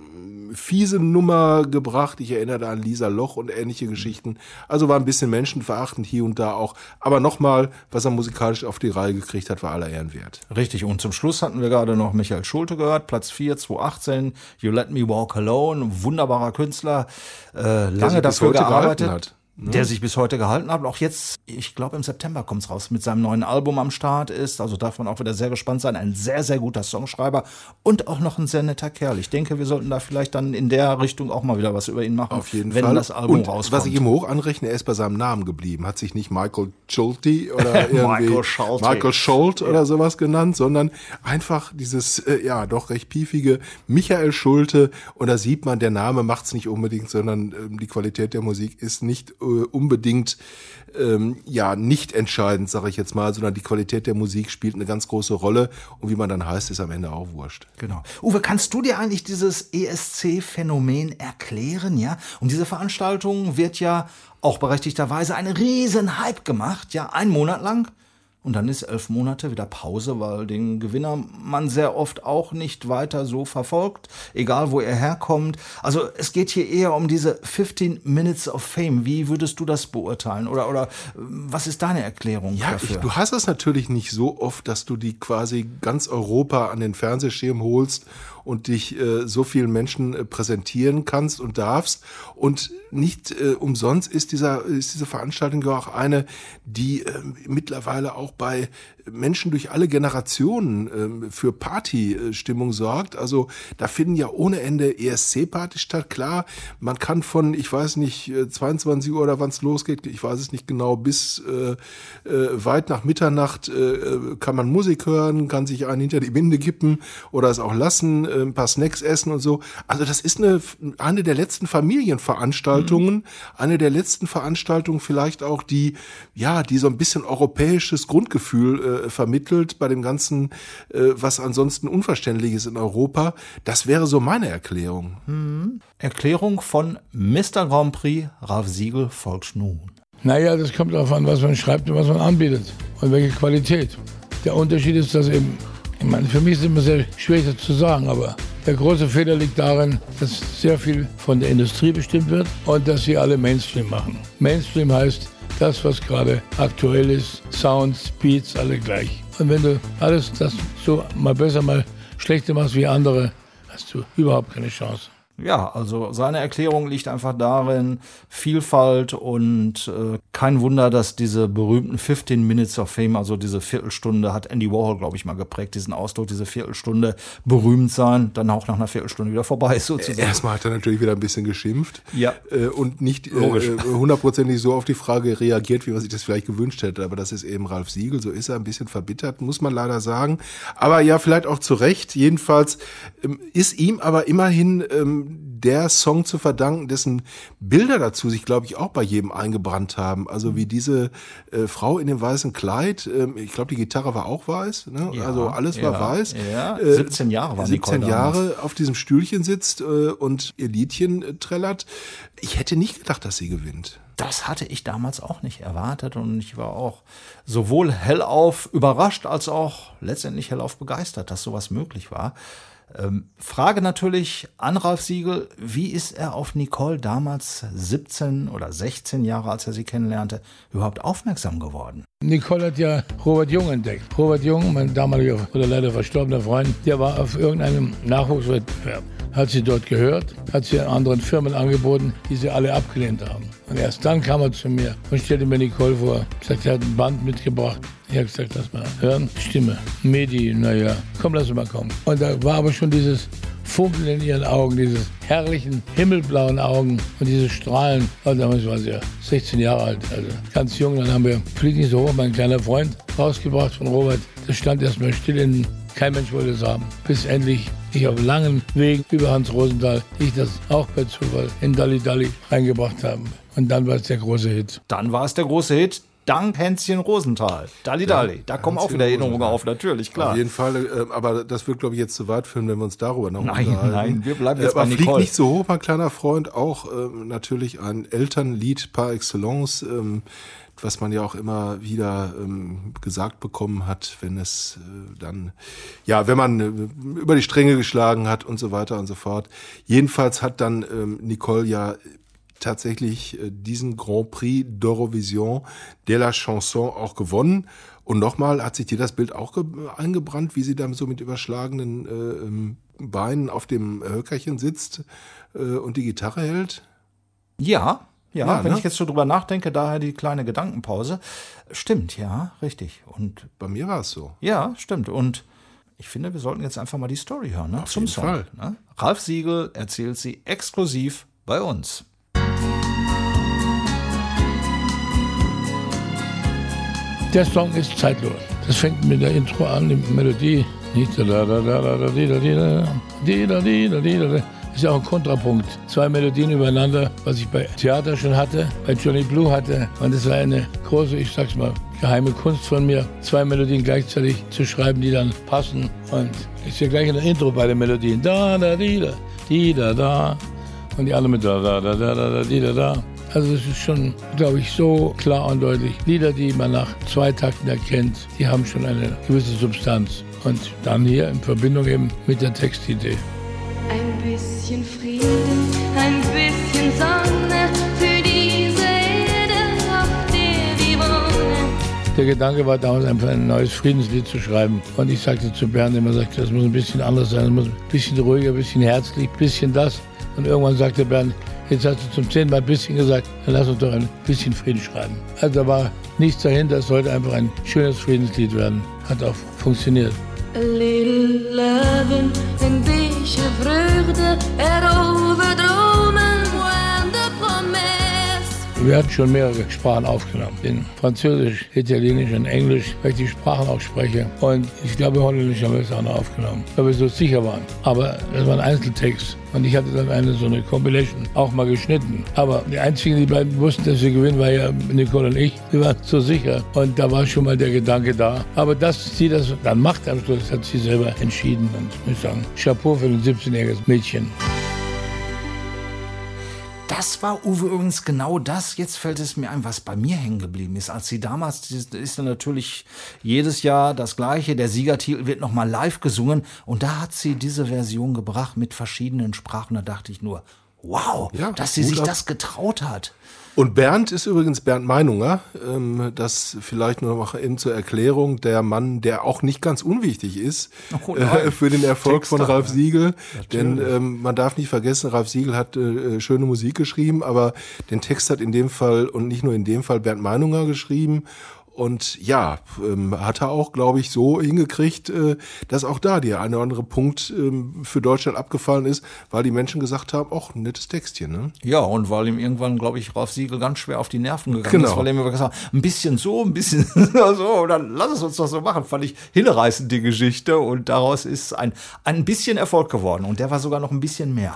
fiese Nummer gebracht. Ich erinnere da an Lisa Loch und ähnliche Geschichten. Also war ein bisschen menschenverachtend hier und da auch. Aber nochmal, was er musikalisch auf die Reihe gekriegt hat, war aller Ehren wert. Richtig, und zum Schluss hatten wir gerade noch Michael Schulte gehört, Platz vier, zweitausendachtzehn, You Let Me Walk Alone, wunderbarer Künstler, äh, lange dafür gearbeitet hat. Der sich bis heute gehalten hat und auch jetzt, ich glaube im September kommt es raus, mit seinem neuen Album am Start ist. Also darf man auch wieder sehr gespannt sein. Ein sehr, sehr guter Songschreiber und auch noch ein sehr netter Kerl. Ich denke, wir sollten da vielleicht dann in der Richtung auch mal wieder was über ihn machen. Auf jeden wenn Fall. das Album und rauskommt. Was ich ihm hoch anrechne, er ist bei seinem Namen geblieben. Hat sich nicht Michael Schulte oder irgendwie Michael Schulte, Michael Schulte oder sowas genannt, sondern einfach dieses, äh, ja, doch recht piefige Michael Schulte. Und da sieht man, der Name macht es nicht unbedingt, sondern äh, die Qualität der Musik ist nicht äh, unbedingt Ähm, ja, nicht entscheidend, sage ich jetzt mal, sondern die Qualität der Musik spielt eine ganz große Rolle und wie man dann heißt, ist am Ende auch wurscht. Genau. Uwe, kannst du dir eigentlich dieses E S C-Phänomen erklären, ja? Um diese Veranstaltung wird ja auch berechtigterweise ein riesen Hype gemacht, ja, einen Monat lang. Und dann ist elf Monate wieder Pause, weil den Gewinner man sehr oft auch nicht weiter so verfolgt, egal wo er herkommt. Also es geht hier eher um diese fifteen Minutes of Fame. Wie würdest du das beurteilen? Oder, oder was ist deine Erklärung ja, dafür? Ich, du hast es natürlich nicht so oft, dass du die quasi ganz Europa an den Fernsehschirm holst und dich äh, so vielen Menschen äh, präsentieren kannst und darfst. Und nicht äh, umsonst ist, dieser, ist diese Veranstaltung ja auch eine, die äh, mittlerweile auch bei Menschen durch alle Generationen äh, für Partystimmung sorgt. Also da finden ja ohne Ende E S C-Partys statt. Klar, man kann von, ich weiß nicht, zweiundzwanzig Uhr oder wann es losgeht, ich weiß es nicht genau, bis äh, äh, weit nach Mitternacht äh, kann man Musik hören, kann sich einen hinter die Binde kippen oder es auch lassen, äh, ein paar Snacks essen und so. Also das ist eine, eine der letzten Familienveranstaltungen, mhm. eine der letzten Veranstaltungen vielleicht auch, die, ja, die so ein bisschen europäisches Grundgefühl äh, vermittelt bei dem Ganzen, äh, was ansonsten unverständlich ist in Europa. Das wäre so meine Erklärung. Mhm. Erklärung von Mister Grand Prix, Ralf Siegel, folgt nun. Naja, das kommt darauf an, was man schreibt und was man anbietet und welche Qualität. Der Unterschied ist, dass eben, ich meine, für mich ist es immer sehr schwierig das zu sagen, aber der große Fehler liegt darin, dass sehr viel von der Industrie bestimmt wird und dass sie alle Mainstream machen. Mainstream heißt, das, was gerade aktuell ist, Sounds, Beats, alle gleich. Und wenn du alles das so mal besser, mal schlechter machst wie andere, hast du überhaupt keine Chance. Ja, also seine Erklärung liegt einfach darin, Vielfalt und äh, kein Wunder, dass diese berühmten fifteen Minutes of Fame, also diese Viertelstunde, hat Andy Warhol, glaube ich, mal geprägt, diesen Ausdruck, diese Viertelstunde berühmt sein, dann auch nach einer Viertelstunde wieder vorbei ist sozusagen. Erstmal hat er natürlich wieder ein bisschen geschimpft ja. äh, und nicht äh, hundertprozentig so auf die Frage reagiert, wie man sich das vielleicht gewünscht hätte, aber das ist eben Ralf Siegel, so ist er, ein bisschen verbittert, muss man leider sagen, aber ja, vielleicht auch zu Recht, jedenfalls ähm, ist ihm aber immerhin ähm, der Song zu verdanken, dessen Bilder dazu sich, glaube ich, auch bei jedem eingebrannt haben. Also wie diese äh, Frau in dem weißen Kleid, ähm, ich glaube, die Gitarre war auch weiß, ne? Ja, also alles ja, war weiß. Ja. Äh, siebzehn Jahre war siebzehn Nicole Jahre damals. auf diesem Stühlchen sitzt äh, und ihr Liedchen äh, trällert. Ich hätte nicht gedacht, dass sie gewinnt. Das hatte ich damals auch nicht erwartet und ich war auch sowohl hellauf überrascht als auch letztendlich hellauf begeistert, dass sowas möglich war. Ähm, Frage natürlich an Ralf Siegel, wie ist er auf Nicole damals siebzehn oder sechzehn Jahre, als er sie kennenlernte, überhaupt aufmerksam geworden? Nicole hat ja Robert Jung entdeckt. Robert Jung, mein damaliger oder leider verstorbener Freund, der war auf irgendeinem Nachwuchswettbewerb. Hat sie dort gehört, hat sie an anderen Firmen angeboten, die sie alle abgelehnt haben. Und erst dann kam er zu mir und stellte mir Nicole vor. Sagt, er hat ein Band mitgebracht. Ich habe gesagt, lass mal hören. Stimme, Medi, naja, komm, lass mal kommen. Und da war aber schon dieses Funkeln in ihren Augen, diese herrlichen himmelblauen Augen und diese Strahlen. Und damals war sie ja sechzehn Jahre alt, also ganz jung. Dann haben wir Flieg nicht so hoch, mein kleiner Freund, rausgebracht von Robert. Das stand erstmal still in, kein Mensch wollte es haben. Bis endlich ich auf langen Wegen über Hans Rosenthal, ich das auch per Zufall in Dalli Dalli reingebracht habe. Und dann war es der große Hit. Dann war es der große Hit, dank Hänschen Rosenthal. Dalli Dalli. Ja, da kommen Hänschen auch wieder Erinnerungen auf, natürlich, klar. Auf jeden Fall, äh, aber das wird, glaube ich, jetzt zu weit führen, wenn wir uns darüber noch nein, unterhalten. Nein, wir bleiben jetzt äh, aber bei Nicole. Flieg nicht so hoch, mein kleiner Freund, auch äh, natürlich ein Elternlied par excellence, ähm, was man ja auch immer wieder ähm, gesagt bekommen hat, wenn es äh, dann, ja, wenn man äh, über die Stränge geschlagen hat und so weiter und so fort. Jedenfalls hat dann ähm, Nicole ja tatsächlich äh, diesen Grand Prix d'Eurovision de la Chanson auch gewonnen. Und nochmal, hat sich dir das Bild auch ge- eingebrannt, wie sie dann so mit überschlagenen äh, Beinen auf dem Höckerchen sitzt äh, und die Gitarre hält? Ja, ja, Ja, wenn ne? ich jetzt so drüber nachdenke, daher die kleine Gedankenpause. Stimmt, ja, richtig. Und bei mir war es so. Ja, stimmt. Und ich finde, wir sollten jetzt einfach mal die Story hören, ne? Auf Zum jeden Song. Fall. Ne? Ralf Siegel erzählt sie exklusiv bei uns. Der Song ist zeitlos. Das fängt mit der Intro an, die Melodie. Nicht da da da da da da da da da da da da. Ist ja auch ein Kontrapunkt. Zwei Melodien übereinander, was ich bei Theater schon hatte, bei Johnny Blue hatte. Und das war eine große, ich sag's mal, geheime Kunst von mir, zwei Melodien gleichzeitig zu schreiben, die dann passen. Und ist ja gleich in der Intro bei den Melodien. Da da di da di da da. Und die anderen mit da da da da da di da da. Also es ist schon, glaube ich, so klar und deutlich. Lieder, die man nach zwei Takten erkennt, die haben schon eine gewisse Substanz. Und dann hier in Verbindung eben mit der Textidee. Ein bisschen Frieden, ein bisschen Sonne für diese Erde, auf der wir wohnen. Der Gedanke war damals einfach ein neues Friedenslied zu schreiben. Und ich sagte zu Bernd immer, sagte, das muss ein bisschen anders sein, das muss ein bisschen ruhiger, ein bisschen herzlich, ein bisschen das. Und irgendwann sagte Bernd, jetzt hast du zum zehnten Mal ein bisschen gesagt, dann lass uns doch ein bisschen Frieden schreiben. Also da war nichts dahinter, es sollte einfach ein schönes Friedenslied werden. Hat auch funktioniert. A little loving and beetje vreugde erover dromen when the promise. Wir hatten schon mehrere Sprachen aufgenommen. In Französisch, Italienisch und Englisch, weil ich die Sprachen auch spreche. Und ich glaube, Holländisch haben wir es auch noch aufgenommen, weil wir so sicher waren. Aber das war ein Einzeltext. Und ich hatte dann eine so eine Compilation auch mal geschnitten. Aber die einzigen, die beiden wussten, dass wir gewinnen, war ja Nicole und ich. Wir waren so sicher. Und da war schon mal der Gedanke da. Aber dass sie das dann macht am Schluss, hat sie selber entschieden. Und ich muss sagen, Chapeau für ein siebzehnjähriges Mädchen. Das war, Uwe, übrigens genau das. Jetzt fällt es mir ein, was bei mir hängen geblieben ist. Als sie damals, ist dann natürlich jedes Jahr das Gleiche. Der Siegertitel wird nochmal live gesungen. Und da hat sie diese Version gebracht mit verschiedenen Sprachen. Da dachte ich nur, wow, Ja, dass sie gut sich ab. das getraut hat. Und Bernd ist übrigens Bernd Meinunger, ähm, das vielleicht nur noch eben zur Erklärung, der Mann, der auch nicht ganz unwichtig ist Oh nein. äh, für den Erfolg Texter, von Ralf ja. Siegel. Natürlich. Denn ähm, man darf nicht vergessen, Ralf Siegel hat äh, schöne Musik geschrieben, aber den Text hat in dem Fall und nicht nur in dem Fall Bernd Meinunger geschrieben. Und ja, ähm, hat er auch, glaube ich, so hingekriegt, äh, dass auch da der eine oder andere Punkt ähm, für Deutschland abgefallen ist, weil die Menschen gesagt haben, ach, ein nettes Textchen, ne? Ja, und weil ihm irgendwann, glaube ich, Ralf Siegel ganz schwer auf die Nerven gegangen Genau. ist, weil er mir gesagt hat, ein bisschen so, ein bisschen so, dann lass es uns doch so machen. Fand ich hinreißend, die Geschichte. Und daraus ist ein, ein bisschen Erfolg geworden. Und der war sogar noch ein bisschen mehr.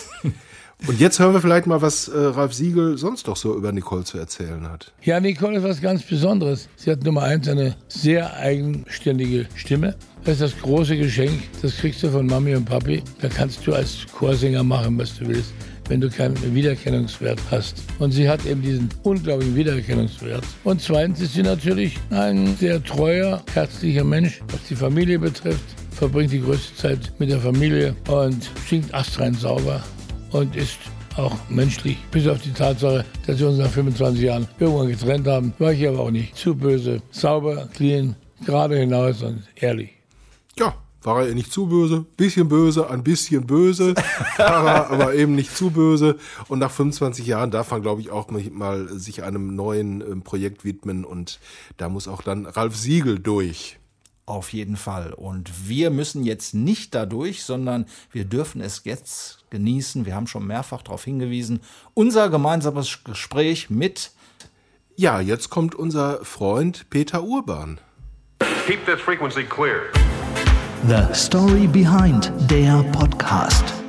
Und jetzt hören wir vielleicht mal, was äh, Ralf Siegel sonst doch so über Nicole zu erzählen hat. Ja, Nicole ist was ganz Besonderes. Sie hat Nummer eins eine sehr eigenständige Stimme. Das ist das große Geschenk. Das kriegst du von Mami und Papi. Da kannst du als Chorsänger machen, was du willst, wenn du keinen Wiedererkennungswert hast. Und sie hat eben diesen unglaublichen Wiedererkennungswert. Und zweitens ist sie natürlich ein sehr treuer, herzlicher Mensch, was die Familie betrifft. Verbringt die größte Zeit mit der Familie und singt astrein sauber. Und ist auch menschlich, bis auf die Tatsache, dass wir uns nach fünfundzwanzig Jahren irgendwann getrennt haben, war ich aber auch nicht zu böse. Sauber, clean, gerade hinaus und ehrlich. Ja, war er nicht zu böse, bisschen böse, ein bisschen böse, war er aber eben nicht zu böse. Und nach fünfundzwanzig Jahren darf man, glaube ich, auch mal sich einem neuen äh, Projekt widmen. Und da muss auch dann Ralf Siegel durch. Auf jeden Fall. Und wir müssen jetzt nicht dadurch, sondern wir dürfen es jetzt genießen. Wir haben schon mehrfach darauf hingewiesen. Unser gemeinsames Gespräch mit... Ja, jetzt kommt unser Freund Peter Urban. Keep that frequency clear. The Story Behind, der Podcast.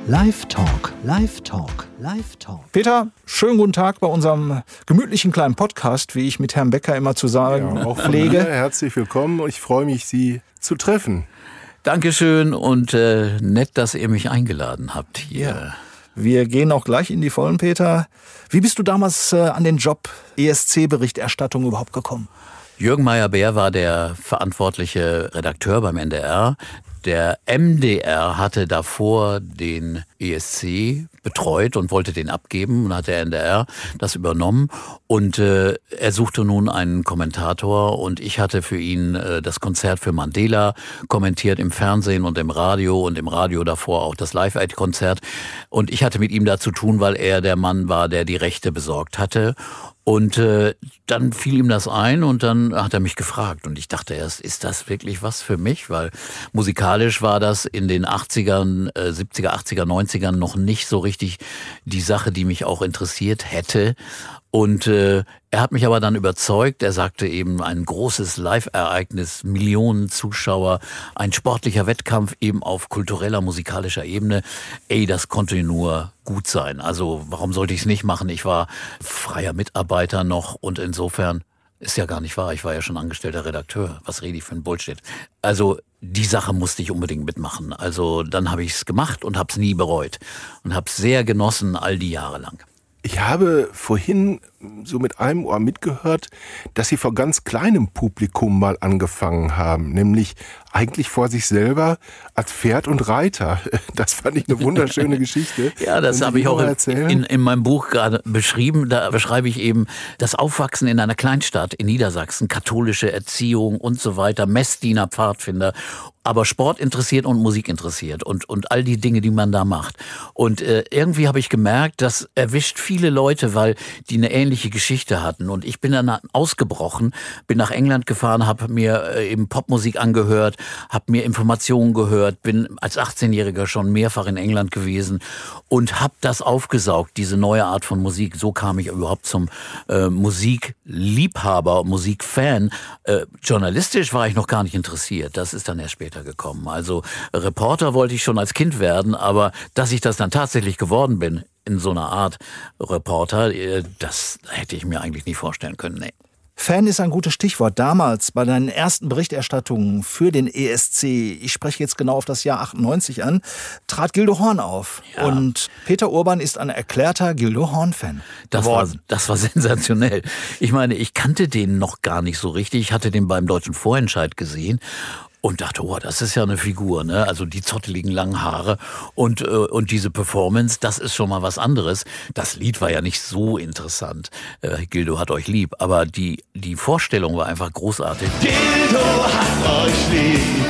Live Talk, Live Talk, Live Talk. Peter, schönen guten Tag bei unserem gemütlichen kleinen Podcast, wie ich mit Herrn Becker immer zu sagen Ja, auch von pflege. mir herzlich willkommen. Ich freue mich, Sie zu treffen. Dankeschön und äh, nett, dass ihr mich eingeladen habt hier. Wir gehen auch gleich in die Vollen, Peter. Wie bist du damals äh, an den Job E S C-Berichterstattung überhaupt gekommen? Jürgen Meyer-Beer war der verantwortliche Redakteur beim N D R. Der M D R hatte davor den E S C betreut und wollte den abgeben und hat der N D R das übernommen. Und äh, er suchte nun einen Kommentator und ich hatte für ihn äh, das Konzert für Mandela kommentiert im Fernsehen und im Radio und im Radio davor auch das Live-Aid-Konzert. Und ich hatte mit ihm da zu tun, weil er der Mann war, der die Rechte besorgt hatte. Und äh, dann fiel ihm das ein und dann hat er mich gefragt. Und ich dachte erst, ist das wirklich was für mich? Weil musikalisch war das in den achtzigern, äh, siebziger, achtziger, neunzigern noch nicht so richtig die Sache, die mich auch interessiert hätte. Und äh, er hat mich aber dann überzeugt. Er sagte eben, ein großes Live-Ereignis, Millionen Zuschauer, ein sportlicher Wettkampf eben auf kultureller, musikalischer Ebene. Ey, das konnte nur gut sein. Also warum sollte ich es nicht machen? Ich war freier Mitarbeiter noch und insofern ist ja gar nicht wahr. Ich war ja schon angestellter Redakteur. Was rede ich für ein Bullshit? Also die Sache musste ich unbedingt mitmachen. Also dann habe ich es gemacht und habe es nie bereut und habe es sehr genossen all die Jahre lang. Ich habe vorhin so mit einem Ohr mitgehört, dass Sie vor ganz kleinem Publikum mal angefangen haben, nämlich eigentlich vor sich selber als Pferd und Reiter. Das fand ich eine wunderschöne Geschichte. Ja, das habe ich auch erzählen? in, in meinem Buch gerade beschrieben. Da beschreibe ich eben das Aufwachsen in einer Kleinstadt in Niedersachsen, katholische Erziehung und so weiter, Messdiener, Pfadfinder, aber Sport interessiert und Musik interessiert und, und all die Dinge, die man da macht. Und äh, irgendwie habe ich gemerkt, das erwischt viele Leute, weil die eine ähnliche Geschichte hatten. Und ich bin dann ausgebrochen, bin nach England gefahren, habe mir äh, eben Popmusik angehört, habe mir Informationen gehört, bin als achtzehnjähriger schon mehrfach in England gewesen und habe das aufgesaugt, diese neue Art von Musik. So kam ich überhaupt zum äh, Musikliebhaber, Musikfan. Äh, journalistisch war ich noch gar nicht interessiert. Das ist dann erst später gekommen. Also Reporter wollte ich schon als Kind werden, aber dass ich das dann tatsächlich geworden bin, in so einer Art Reporter, das hätte ich mir eigentlich nie vorstellen können. Nee. Fan ist ein gutes Stichwort. Damals bei deinen ersten Berichterstattungen für den E S C, ich spreche jetzt genau auf das Jahr achtundneunzig an, trat Gildo Horn auf. Ja. Und Peter Urban ist ein erklärter Gildo Horn-Fan. Das war, das war sensationell. Ich meine, ich kannte den noch gar nicht so richtig. Ich hatte den beim Deutschen Vorentscheid gesehen. Und dachte, oh, das ist ja eine Figur, ne? Also die zotteligen langen Haare und äh, und diese Performance, das ist schon mal was anderes. Das Lied war ja nicht so interessant. Äh, Gildo hat euch lieb, aber die die Vorstellung war einfach großartig. Gildo hat euch lieb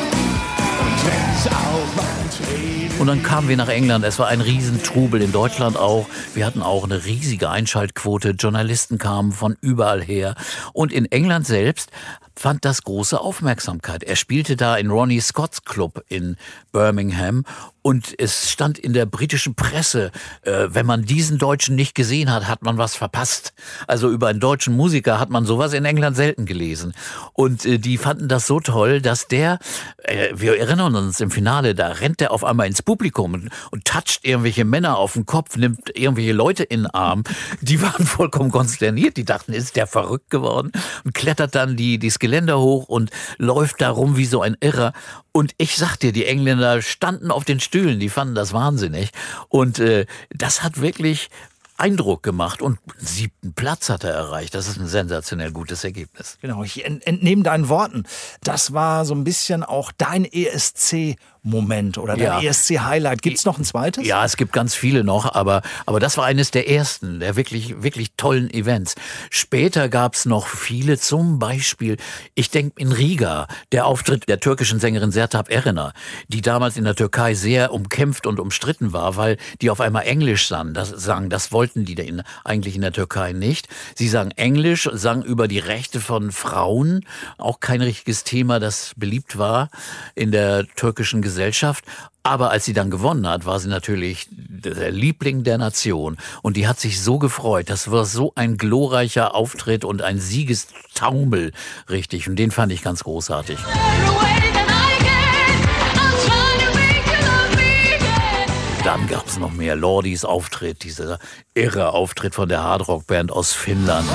und wenn's auch mal Tränen. Und dann kamen wir nach England. Es war ein Riesentrubel in Deutschland auch. Wir hatten auch eine riesige Einschaltquote. Journalisten kamen von überall her. Und in England selbst fand das große Aufmerksamkeit. Er spielte da in Ronnie Scott's Club in Birmingham und es stand in der britischen Presse, äh, wenn man diesen Deutschen nicht gesehen hat, hat man was verpasst. Also über einen deutschen Musiker hat man sowas in England selten gelesen. Und äh, die fanden das so toll, dass der, äh, wir erinnern uns im Finale, da rennt er auf einmal ins Publikum und, und toucht irgendwelche Männer auf den Kopf, nimmt irgendwelche Leute in den Arm. Die waren vollkommen konsterniert, die dachten, ist der verrückt geworden und klettert dann die, die Geländer hoch und läuft da rum wie so ein Irrer. Und ich sag dir, die Engländer standen auf den Stühlen, die fanden das wahnsinnig. Und äh, das hat wirklich Eindruck gemacht und siebten Platz hat er erreicht. Das ist ein sensationell gutes Ergebnis. Genau, ich entnehme deinen Worten. Das war so ein bisschen auch dein E S C-Moment oder dein Ja. E S C-Highlight. Gibt es noch ein zweites? Ja, es gibt ganz viele noch, aber, aber das war eines der ersten, der wirklich, wirklich tollen Events. Später gab's noch viele, zum Beispiel, ich denke in Riga, der Auftritt der türkischen Sängerin Sertab Erener, die damals in der Türkei sehr umkämpft und umstritten war, weil die auf einmal Englisch sang. Das, sang, das wollten die in, eigentlich in der Türkei nicht. Sie sang Englisch, sang über die Rechte von Frauen, auch kein richtiges Thema, das beliebt war in der türkischen Gesellschaft. Aber als sie dann gewonnen hat, war sie natürlich der Liebling der Nation. Und die hat sich so gefreut. Das war so ein glorreicher Auftritt und ein Siegestaumel, richtig. Und den fand ich ganz großartig. Dann gab es noch mehr. Lordis Auftritt, dieser irre Auftritt von der Hardrock-Band aus Finnland.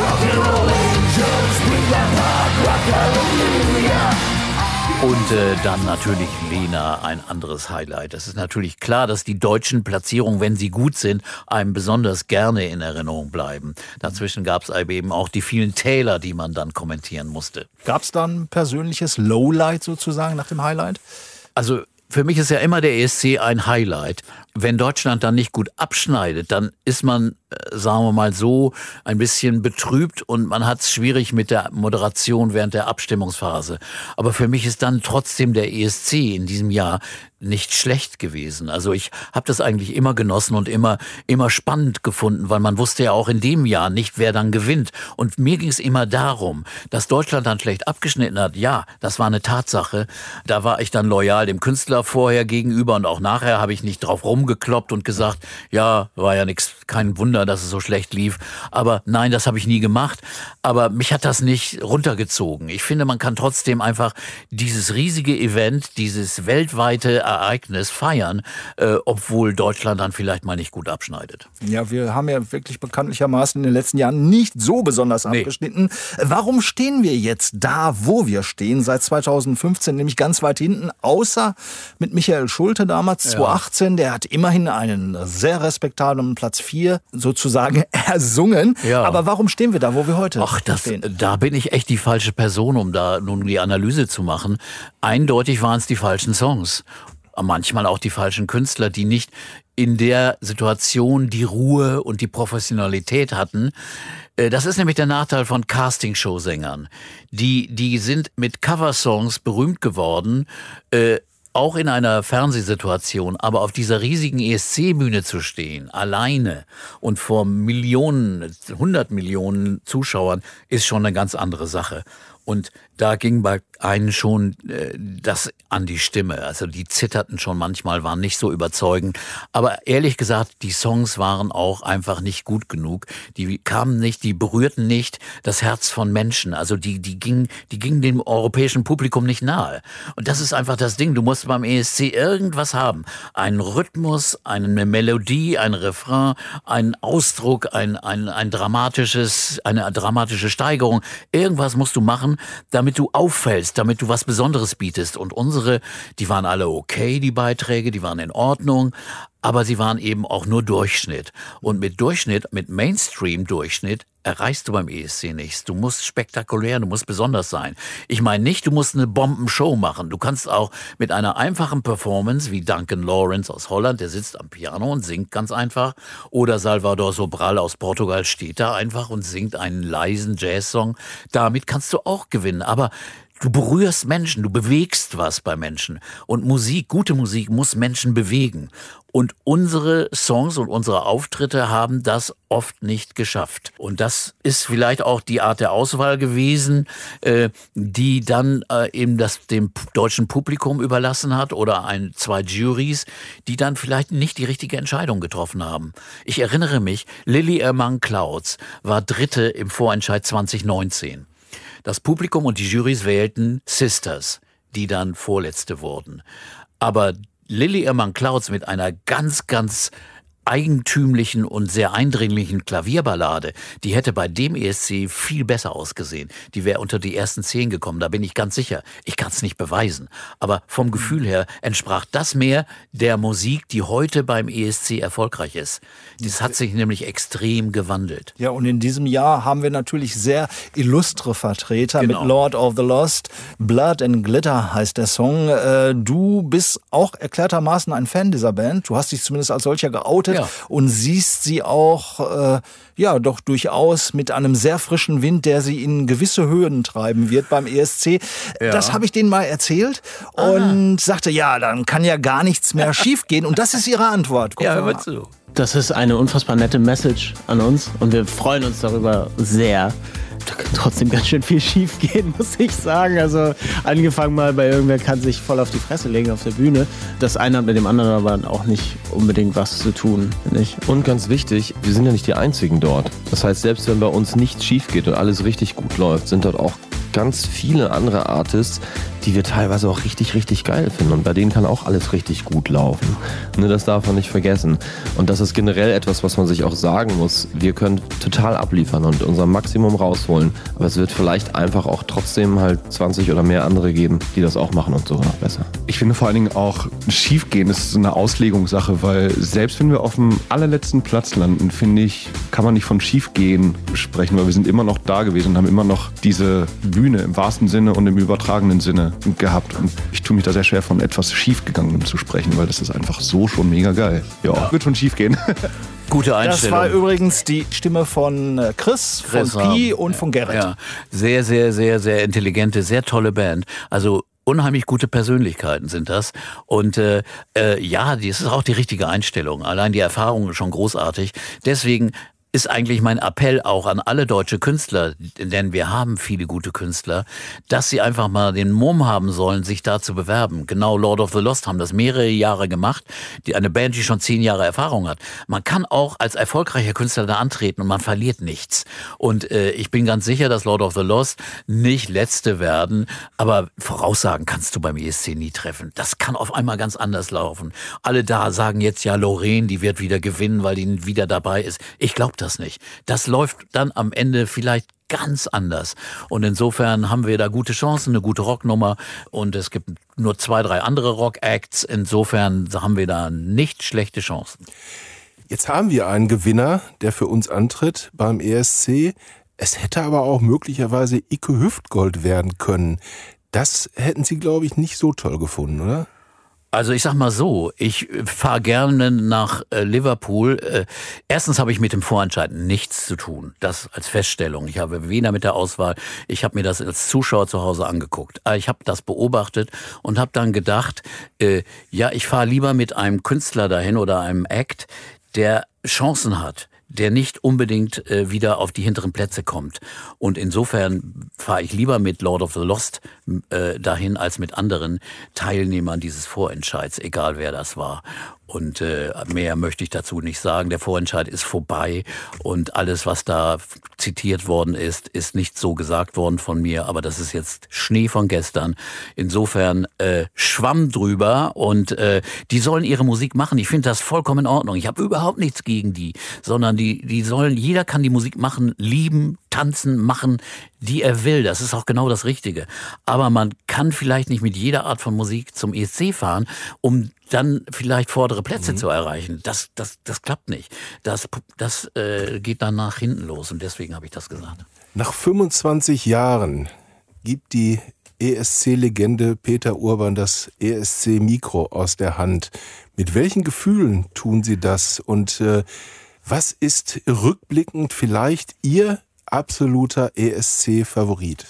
Und äh, dann natürlich Lena, ein anderes Highlight. Es ist natürlich klar, dass die deutschen Platzierungen, wenn sie gut sind, einem besonders gerne in Erinnerung bleiben. Dazwischen gab es eben auch die vielen Täler, die man dann kommentieren musste. Gab es dann ein persönliches Lowlight sozusagen nach dem Highlight? Also für mich ist ja immer der E S C ein Highlight. Wenn Deutschland dann nicht gut abschneidet, dann ist man, äh, sagen wir mal so, ein bisschen betrübt und man hat es schwierig mit der Moderation während der Abstimmungsphase. Aber für mich ist dann trotzdem der E S C in diesem Jahr nicht schlecht gewesen. Also ich habe das eigentlich immer genossen und immer immer spannend gefunden, weil man wusste ja auch in dem Jahr nicht, wer dann gewinnt. Und mir ging es immer darum, dass Deutschland dann schlecht abgeschnitten hat. Ja, das war eine Tatsache. Da war ich dann loyal dem Künstler vorher gegenüber und auch nachher habe ich nicht drauf rumgekloppt und gesagt, ja, war ja nix, kein Wunder, dass es so schlecht lief. Aber nein, das habe ich nie gemacht. Aber mich hat das nicht runtergezogen. Ich finde, man kann trotzdem einfach dieses riesige Event, dieses weltweite Ereignis feiern, äh, obwohl Deutschland dann vielleicht mal nicht gut abschneidet. Ja, wir haben ja wirklich bekanntlichermaßen in den letzten Jahren nicht so besonders nee. abgeschnitten. Warum stehen wir jetzt da, wo wir stehen, seit zweitausendfünfzehn, nämlich ganz weit hinten, außer mit Michael Schulte damals, ja. zweitausendachtzehn, der hat immerhin einen sehr respektablen Platz vier sozusagen ersungen. Ja. Aber warum stehen wir da, wo wir heute Ach, das, stehen? Da bin ich echt die falsche Person, um da nun die Analyse zu machen. Eindeutig waren es die falschen Songs. Manchmal auch die falschen Künstler, die nicht in der Situation die Ruhe und die Professionalität hatten. Das ist nämlich der Nachteil von Castingshow-Sängern. Die, die sind mit Coversongs berühmt geworden, äh, auch in einer Fernsehsituation, aber auf dieser riesigen E S C-Bühne zu stehen, alleine und vor Millionen, hundert Millionen Zuschauern, ist schon eine ganz andere Sache. Und da ging bei einen schon äh, das an die Stimme. Also die zitterten schon manchmal, waren nicht so überzeugend. Aber ehrlich gesagt, die Songs waren auch einfach nicht gut genug. Die kamen nicht, die berührten nicht das Herz von Menschen. Also die, die gingen, die gingen dem europäischen Publikum nicht nahe. Und das ist einfach das Ding. Du musst beim E S C irgendwas haben. Einen Rhythmus, eine Melodie, ein Refrain, einen Ausdruck, ein, ein, ein dramatisches, eine dramatische Steigerung. Irgendwas musst du machen, damit du auffällst, damit du was Besonderes bietest. Und unsere, die waren alle okay, die Beiträge, die waren in Ordnung, aber sie waren eben auch nur Durchschnitt. Und mit Durchschnitt, mit Mainstream-Durchschnitt erreichst du beim E S C nichts. Du musst spektakulär, du musst besonders sein. Ich meine nicht, du musst eine Bombenshow machen. Du kannst auch mit einer einfachen Performance, wie Duncan Lawrence aus Holland, der sitzt am Piano und singt ganz einfach, oder Salvador Sobral aus Portugal steht da einfach und singt einen leisen Jazzsong. Damit kannst du auch gewinnen, aber du berührst Menschen, du bewegst was bei Menschen. Und Musik, gute Musik muss Menschen bewegen. Und unsere Songs und unsere Auftritte haben das oft nicht geschafft. Und das ist vielleicht auch die Art der Auswahl gewesen, äh, die dann äh, eben das dem deutschen Publikum überlassen hat oder ein, zwei Juries, die dann vielleicht nicht die richtige Entscheidung getroffen haben. Ich erinnere mich, Lily Among Clouds war Dritte im Vorentscheid zwanzig neunzehn. Das Publikum und die Jurys wählten Sisters, die dann Vorletzte wurden. Aber Lily Among Clouds mit einer ganz, ganz eigentümlichen und sehr eindringlichen Klavierballade, die hätte bei dem E S C viel besser ausgesehen. Die wäre unter die ersten zehn gekommen, da bin ich ganz sicher. Ich kann es nicht beweisen. Aber vom Gefühl her entsprach das mehr der Musik, die heute beim E S C erfolgreich ist. Das hat sich nämlich extrem gewandelt. Ja, und in diesem Jahr haben wir natürlich sehr illustre Vertreter genau. mit Lord of the Lost. Blood and Glitter heißt der Song. Du bist auch erklärtermaßen ein Fan dieser Band. Du hast dich zumindest als solcher geoutet. Ja. Und siehst sie auch, äh, ja, doch durchaus mit einem sehr frischen Wind, der sie in gewisse Höhen treiben wird beim E S C. Ja. Das habe ich denen mal erzählt Aha. und sagte, ja, dann kann ja gar nichts mehr schiefgehen. Und das ist ihre Antwort. Guck ja, hör mal zu. Das ist eine unfassbar nette Message an uns und wir freuen uns darüber sehr. Da kann trotzdem ganz schön viel schief gehen, muss ich sagen. Also angefangen mal bei irgendwer kann sich voll auf die Fresse legen auf der Bühne. Das eine hat mit dem anderen aber auch nicht unbedingt was zu tun, finde ich. Und ganz wichtig, wir sind ja nicht die Einzigen dort. Das heißt, selbst wenn bei uns nichts schief geht und alles richtig gut läuft, sind dort auch ganz viele andere Artists, die wir teilweise auch richtig, richtig geil finden. Und bei denen kann auch alles richtig gut laufen. Ne, das darf man nicht vergessen. Und das ist generell etwas, was man sich auch sagen muss. Wir können total abliefern und unser Maximum rausholen. Aber es wird vielleicht einfach auch trotzdem halt zwanzig oder mehr andere geben, die das auch machen und sogar noch besser. Ich finde vor allen Dingen auch, schiefgehen ist so eine Auslegungssache, weil selbst wenn wir auf dem allerletzten Platz landen, finde ich, kann man nicht von Schiefgehen sprechen, weil wir sind immer noch da gewesen und haben immer noch diese Bühne im wahrsten Sinne und im übertragenen Sinne gehabt. Und ich tue mich da sehr schwer, von etwas Schiefgegangenem zu sprechen, weil das ist einfach so schon mega geil. Ja, ja. Wird schon schief gehen. Gute Einstellung. Das war übrigens die Stimme von Chris, Chris von Pi und von Gerrit. Ja, sehr, sehr, sehr, sehr intelligente, sehr tolle Band. Also unheimlich gute Persönlichkeiten sind das. Und äh, äh, ja, das ist auch die richtige Einstellung. Allein die Erfahrung ist schon großartig. Deswegen ist eigentlich mein Appell auch an alle deutsche Künstler, denn wir haben viele gute Künstler, dass sie einfach mal den Mumm haben sollen, sich da zu bewerben. Genau, Lord of the Lost haben das mehrere Jahre gemacht, die eine Band, die schon zehn Jahre Erfahrung hat. Man kann auch als erfolgreicher Künstler da antreten und man verliert nichts. Und äh, ich bin ganz sicher, dass Lord of the Lost nicht Letzte werden, aber Voraussagen kannst du beim E S C nie treffen. Das kann auf einmal ganz anders laufen. Alle da sagen jetzt, ja, Loreen, die wird wieder gewinnen, weil die wieder dabei ist. Ich glaube das nicht. Das läuft dann am Ende vielleicht ganz anders. Und insofern haben wir da gute Chancen, eine gute Rocknummer. Und es gibt nur zwei, drei andere Rock-Acts. Insofern haben wir da nicht schlechte Chancen. Jetzt haben wir einen Gewinner, der für uns antritt beim E S C. Es hätte aber auch möglicherweise Icke Hüftgold werden können. Das hätten Sie, glaube ich, nicht so toll gefunden, oder? Also ich sag mal so, ich fahre gerne nach äh, Liverpool. Äh, erstens habe ich mit dem Vorentscheid nichts zu tun. Das als Feststellung. Ich habe weder mit der Auswahl, ich habe mir das als Zuschauer zu Hause angeguckt. Ich habe das beobachtet und habe dann gedacht, äh, ja, ich fahre lieber mit einem Künstler dahin oder einem Act, der Chancen hat, der nicht unbedingt äh, wieder auf die hinteren Plätze kommt. Und insofern fahre ich lieber mit Lord of the Lost äh, dahin, als mit anderen Teilnehmern dieses Vorentscheids, egal wer das war. Und äh, mehr möchte ich dazu nicht sagen. Der Vorentscheid ist vorbei und alles, was da zitiert worden ist, ist nicht so gesagt worden von mir. Aber das ist jetzt Schnee von gestern. Insofern äh, Schwamm drüber und äh, die sollen ihre Musik machen. Ich finde das vollkommen in Ordnung. Ich habe überhaupt nichts gegen die, sondern die, die sollen, jeder kann die Musik machen, lieben, tanzen, machen, die er will. Das ist auch genau das Richtige. Aber man kann vielleicht nicht mit jeder Art von Musik zum E S C fahren, um dann vielleicht vordere Plätze mhm. zu erreichen. Das, das, das klappt nicht. Das, das äh, geht dann nach hinten los und deswegen habe ich das gesagt. Nach fünfundzwanzig Jahren gibt die E S C-Legende Peter Urban das E S C-Mikro aus der Hand. Mit welchen Gefühlen tun Sie das? Und äh, was ist rückblickend vielleicht Ihr absoluter E S C-Favorit?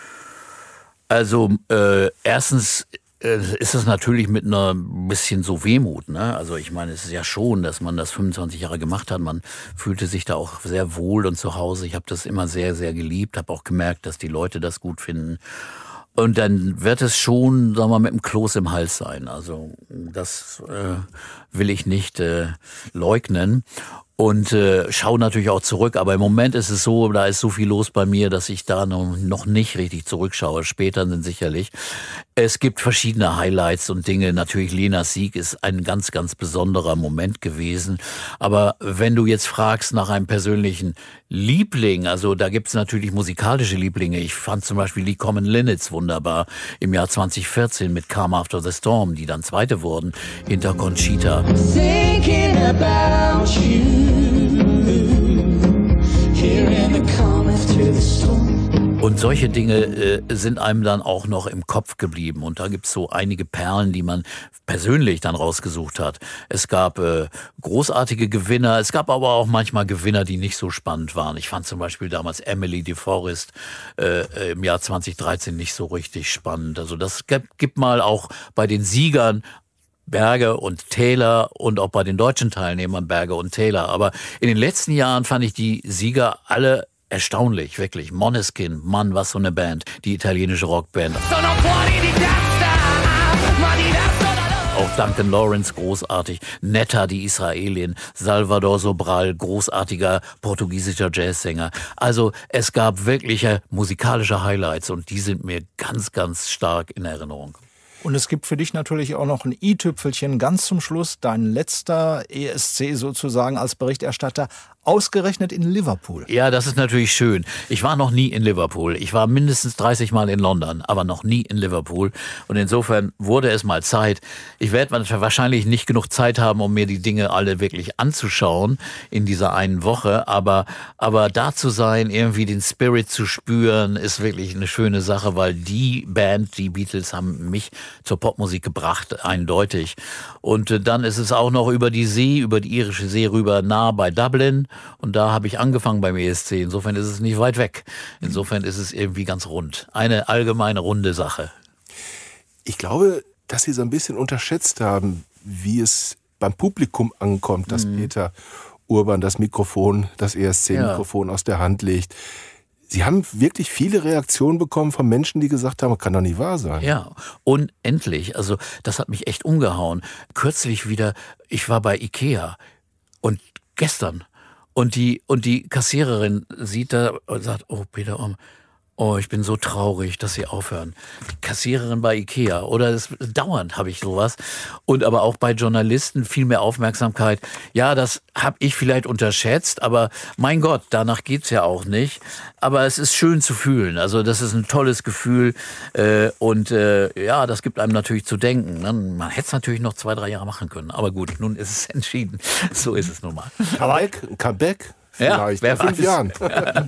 Also äh, erstens ist es natürlich mit einer bisschen so Wehmut, ne? Also ich meine, es ist ja schon, dass man das fünfundzwanzig Jahre gemacht hat. Man fühlte sich da auch sehr wohl und zu Hause. Ich habe das immer sehr, sehr geliebt, habe auch gemerkt, dass die Leute das gut finden. Und dann wird es schon, sagen wir mal, mit einem Kloß im Hals sein. Also das äh, will ich nicht äh, leugnen. Und äh, schaue natürlich auch zurück, aber im Moment ist es so, da ist so viel los bei mir, dass ich da noch, noch nicht richtig zurückschaue. Später sind sicherlich. Es gibt verschiedene Highlights und Dinge. Natürlich Lenas Sieg ist ein ganz, ganz besonderer Moment gewesen. Aber wenn du jetzt fragst nach einem persönlichen Liebling, also da gibt's natürlich musikalische Lieblinge. Ich fand zum Beispiel die Common Linnets wunderbar im Jahr zwanzig vierzehn mit Calm After the Storm, die dann Zweite wurden hinter Conchita. Thinking about you. Und solche Dinge äh, sind einem dann auch noch im Kopf geblieben. Und da gibt's so einige Perlen, die man persönlich dann rausgesucht hat. Es gab äh, großartige Gewinner, es gab aber auch manchmal Gewinner, die nicht so spannend waren. Ich fand zum Beispiel damals Emily DeForest äh, im Jahr zwanzig dreizehn nicht so richtig spannend. Also das gibt, gibt mal auch bei den Siegern Berge und Täler und auch bei den deutschen Teilnehmern Berge und Täler. Aber in den letzten Jahren fand ich die Sieger alle erstaunlich, wirklich. Måneskin, Mann, was so eine Band, die italienische Rockband. Auch Duncan Lawrence, großartig. Netta, die Israelin. Salvador Sobral, großartiger portugiesischer Jazzsänger. Also es gab wirkliche musikalische Highlights und die sind mir ganz, ganz stark in Erinnerung. Und es gibt für dich natürlich auch noch ein i-Tüpfelchen ganz zum Schluss, dein letzter E S C sozusagen als Berichterstatter, ausgerechnet in Liverpool. Ja, das ist natürlich schön. Ich war noch nie in Liverpool. Ich war mindestens dreißig Mal in London, aber noch nie in Liverpool. Und insofern wurde es mal Zeit. Ich werde wahrscheinlich nicht genug Zeit haben, um mir die Dinge alle wirklich anzuschauen in dieser einen Woche. Aber, aber da zu sein, irgendwie den Spirit zu spüren, ist wirklich eine schöne Sache, weil die Band, die Beatles, haben mich zur Popmusik gebracht, eindeutig. Und äh, dann ist es auch noch über die See, über die irische See rüber, nah bei Dublin. Und da habe ich angefangen beim E S C. Insofern ist es nicht weit weg. Insofern ist es irgendwie ganz rund. Eine allgemeine runde Sache. Ich glaube, dass Sie so ein bisschen unterschätzt haben, wie es beim Publikum ankommt, dass mhm. Peter Urban das Mikrofon, das E S C-Mikrofon ja. aus der Hand legt. Sie haben wirklich viele Reaktionen bekommen von Menschen, die gesagt haben, kann doch nicht wahr sein. Ja, unendlich. Also das hat mich echt umgehauen. Kürzlich wieder, ich war bei Ikea und gestern und die und die Kassiererin sieht da und sagt, oh Peter Urban, oh, ich bin so traurig, dass Sie aufhören. Die Kassiererin bei Ikea oder das, dauernd habe ich sowas. Und aber auch bei Journalisten viel mehr Aufmerksamkeit. Ja, das habe ich vielleicht unterschätzt, aber mein Gott, danach geht's ja auch nicht. Aber es ist schön zu fühlen. Also das ist ein tolles Gefühl. Äh, und äh, ja, das gibt einem natürlich zu denken. Ne? Man hätte es natürlich noch zwei, drei Jahre machen können. Aber gut, nun ist es entschieden. So ist es nun mal. Comeback? Comeback? Ja, Vielleicht wer in fünf weiß. Jahren.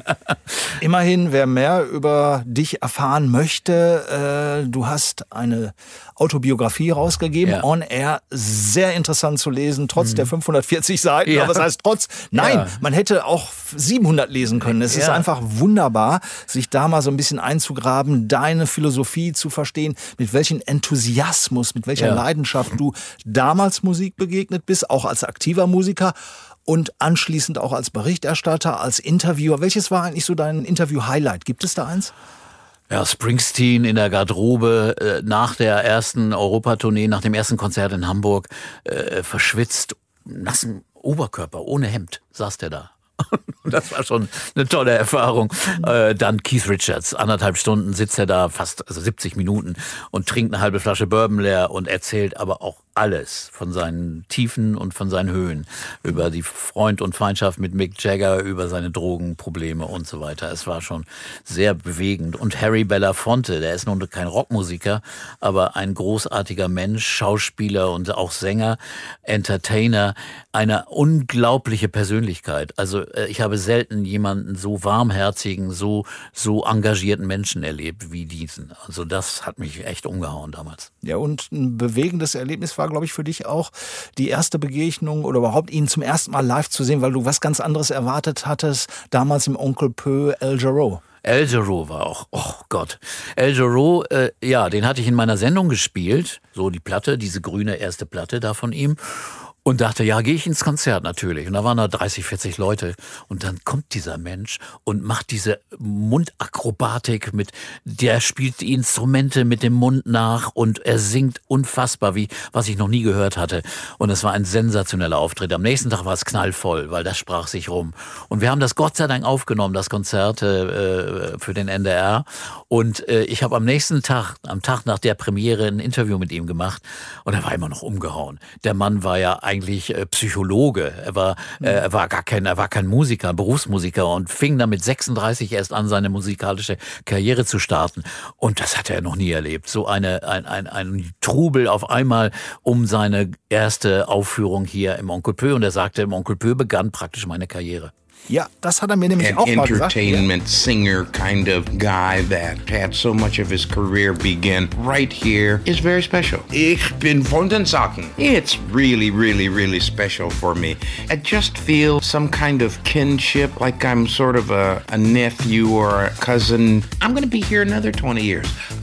Immerhin, wer mehr über dich erfahren möchte, äh, du hast eine Autobiografie rausgegeben, Ja. on air, sehr interessant zu lesen, trotz Mhm. der fünfhundertvierzig Seiten. Ja. Aber was heißt trotz? Nein, Ja. man hätte auch siebenhundert lesen können. Es ist Ja. einfach wunderbar, sich da mal so ein bisschen einzugraben, deine Philosophie zu verstehen, mit welchem Enthusiasmus, mit welcher Ja. Leidenschaft du damals Musik begegnet bist, auch als aktiver Musiker. Und anschließend auch als Berichterstatter, als Interviewer. Welches war eigentlich so dein Interview-Highlight? Gibt es da eins? Ja, Springsteen in der Garderobe äh, nach der ersten Europatournee, nach dem ersten Konzert in Hamburg, äh, verschwitzt, nassen Oberkörper, ohne Hemd, saß der da. Und das war schon eine tolle Erfahrung. Äh, dann Keith Richards, anderthalb Stunden sitzt er da, fast also siebzig Minuten und trinkt eine halbe Flasche Bourbon leer und erzählt aber auch alles von seinen Tiefen und von seinen Höhen, über die Freund und Feindschaft mit Mick Jagger, über seine Drogenprobleme und so weiter. Es war schon sehr bewegend. Und Harry Belafonte, der ist nun kein Rockmusiker, aber ein großartiger Mensch, Schauspieler und auch Sänger, Entertainer, eine unglaubliche Persönlichkeit. Also äh, ich habe selten jemanden so warmherzigen, so so engagierten Menschen erlebt wie diesen. Also das hat mich echt umgehauen damals. Ja, und ein bewegendes Erlebnis war, glaube ich, für dich auch die erste Begegnung oder überhaupt ihn zum ersten Mal live zu sehen, weil du was ganz anderes erwartet hattest, damals im Onkel Peu El Jarreau. El Jarreau war auch, oh Gott. El Jarreau, äh, ja, den hatte ich in meiner Sendung gespielt, so die Platte, diese grüne erste Platte da von ihm. Und dachte, ja, gehe ich ins Konzert natürlich. Und da waren da dreißig, vierzig Leute. Und dann kommt dieser Mensch und macht diese Mundakrobatik mit, der spielt die Instrumente mit dem Mund nach und er singt unfassbar, wie was ich noch nie gehört hatte. Und es war ein sensationeller Auftritt. Am nächsten Tag war es knallvoll, weil das sprach sich rum. Und wir haben das Gott sei Dank aufgenommen, das Konzert äh, für den N D R. Und äh, ich habe am nächsten Tag, am Tag nach der Premiere, ein Interview mit ihm gemacht. Und er war immer noch umgehauen. Der Mann war ja eigentlich eigentlich äh, Psychologe. Er war, äh, er war gar kein, er war kein Musiker, Berufsmusiker und fing dann mit sechsunddreißig erst an, seine musikalische Karriere zu starten. Und das hat er noch nie erlebt. So eine, ein, ein, ein Trubel auf einmal um seine erste Aufführung hier im Onkel Peu. Und er sagte, im Onkel Peu begann praktisch meine Karriere. Ja, das hat er mir nämlich An auch mal gesagt. entertainment singer kind of guy that had so much of his career begin right here is very special. Ich bin von den Sachen. It's really, really, really special for me. I just feel some kind of kinship, like I'm sort of a, a nephew or a cousin. I'm going to be here another twenty years.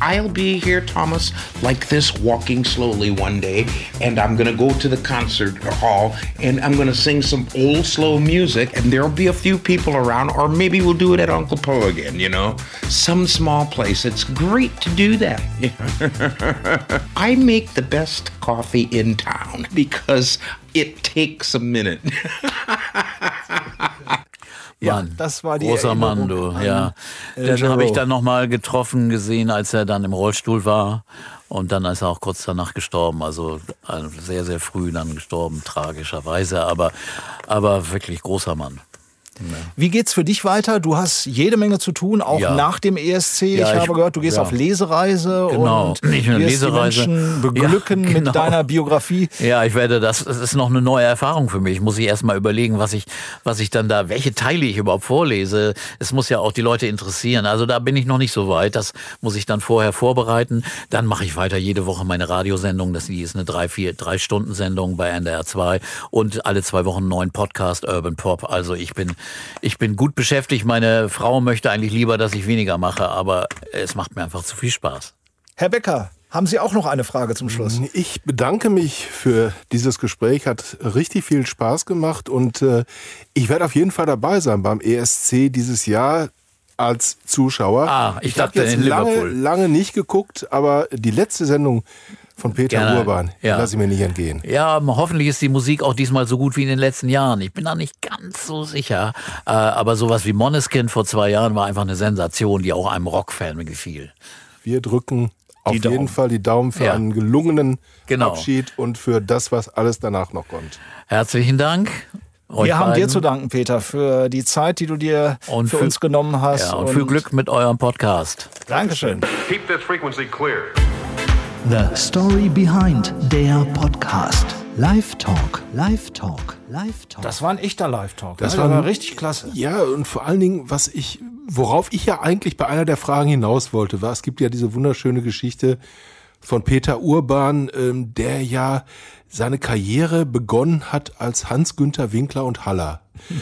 I'll be here, Thomas, like this, walking slowly one day, and I'm gonna go to the concert hall, and I'm gonna sing some old slow music, and there'll be a few people around, or maybe we'll do it at Uncle Poe again, you know? Some small place. It's great to do that. I make the best coffee in town because it takes a minute. Ja, Mann, das war die großer Erinnerung Mann, du, an ja. El Den habe ich Giro. dann nochmal getroffen, gesehen, als er dann im Rollstuhl war. Und dann ist er auch kurz danach gestorben. Also äh, sehr, sehr früh dann gestorben, tragischerweise. Aber, aber wirklich großer Mann. Wie geht's für dich weiter? Du hast jede Menge zu tun, auch Ja. nach dem E S C. Ja, ich, ich- habe gehört, du gehst ja. auf Lesereise Genau. und Nicht nur wirst Lesereise. die Menschen beglücken Ja, genau. mit deiner Biografie. Ja, ich werde das, es ist noch eine neue Erfahrung für mich. Muss ich erst mal überlegen, was ich, was ich dann da, welche Teile ich überhaupt vorlese. Es muss ja auch die Leute interessieren. Also da bin ich noch nicht so weit. Das muss ich dann vorher vorbereiten. Dann mache ich weiter jede Woche meine Radiosendung. Das die ist eine drei, vier, drei Stunden Sendung bei N D R zwei und alle zwei Wochen einen neuen Podcast Urban Pop. Also ich bin, ich bin gut beschäftigt. Meine Frau möchte eigentlich lieber, dass ich weniger mache, aber es macht mir einfach zu viel Spaß. Herr Becker, haben Sie auch noch eine Frage zum Schluss? Ich bedanke mich für dieses Gespräch, hat richtig viel Spaß gemacht und äh, ich werde auf jeden Fall dabei sein beim E S C dieses Jahr als Zuschauer. Ah, ich habe dachte jetzt in lange, Liverpool. lange nicht geguckt, aber die letzte Sendung von Peter Gerne, Urban, die ja. lasse ich mir nicht entgehen. Ja, hoffentlich ist die Musik auch diesmal so gut wie in den letzten Jahren. Ich bin da nicht ganz so sicher. Äh, aber sowas wie Måneskin vor zwei Jahren war einfach eine Sensation, die auch einem Rockfan gefiel. Wir drücken auf Daumen. jeden Fall die Daumen für Ja. einen gelungenen Genau. Abschied und für das, was alles danach noch kommt. Herzlichen Dank. euch Wir haben dir beiden. zu danken, Peter, für die Zeit, die du dir Und für, für- uns genommen hast. Ja, und viel Glück mit eurem Podcast. Dankeschön. Keep that frequency clear. The Story Behind, der Podcast. Live Talk, Live Talk, Live Talk. Das war ein echter Live-Talk. Das ne? war Der ein- war richtig klasse. Ja, und vor allen Dingen, was ich, worauf ich ja eigentlich bei einer der Fragen hinaus wollte, war, es gibt ja diese wunderschöne Geschichte von Peter Urban, ähm, der ja seine Karriere begonnen hat als Hans-Günther Winkler und Haller.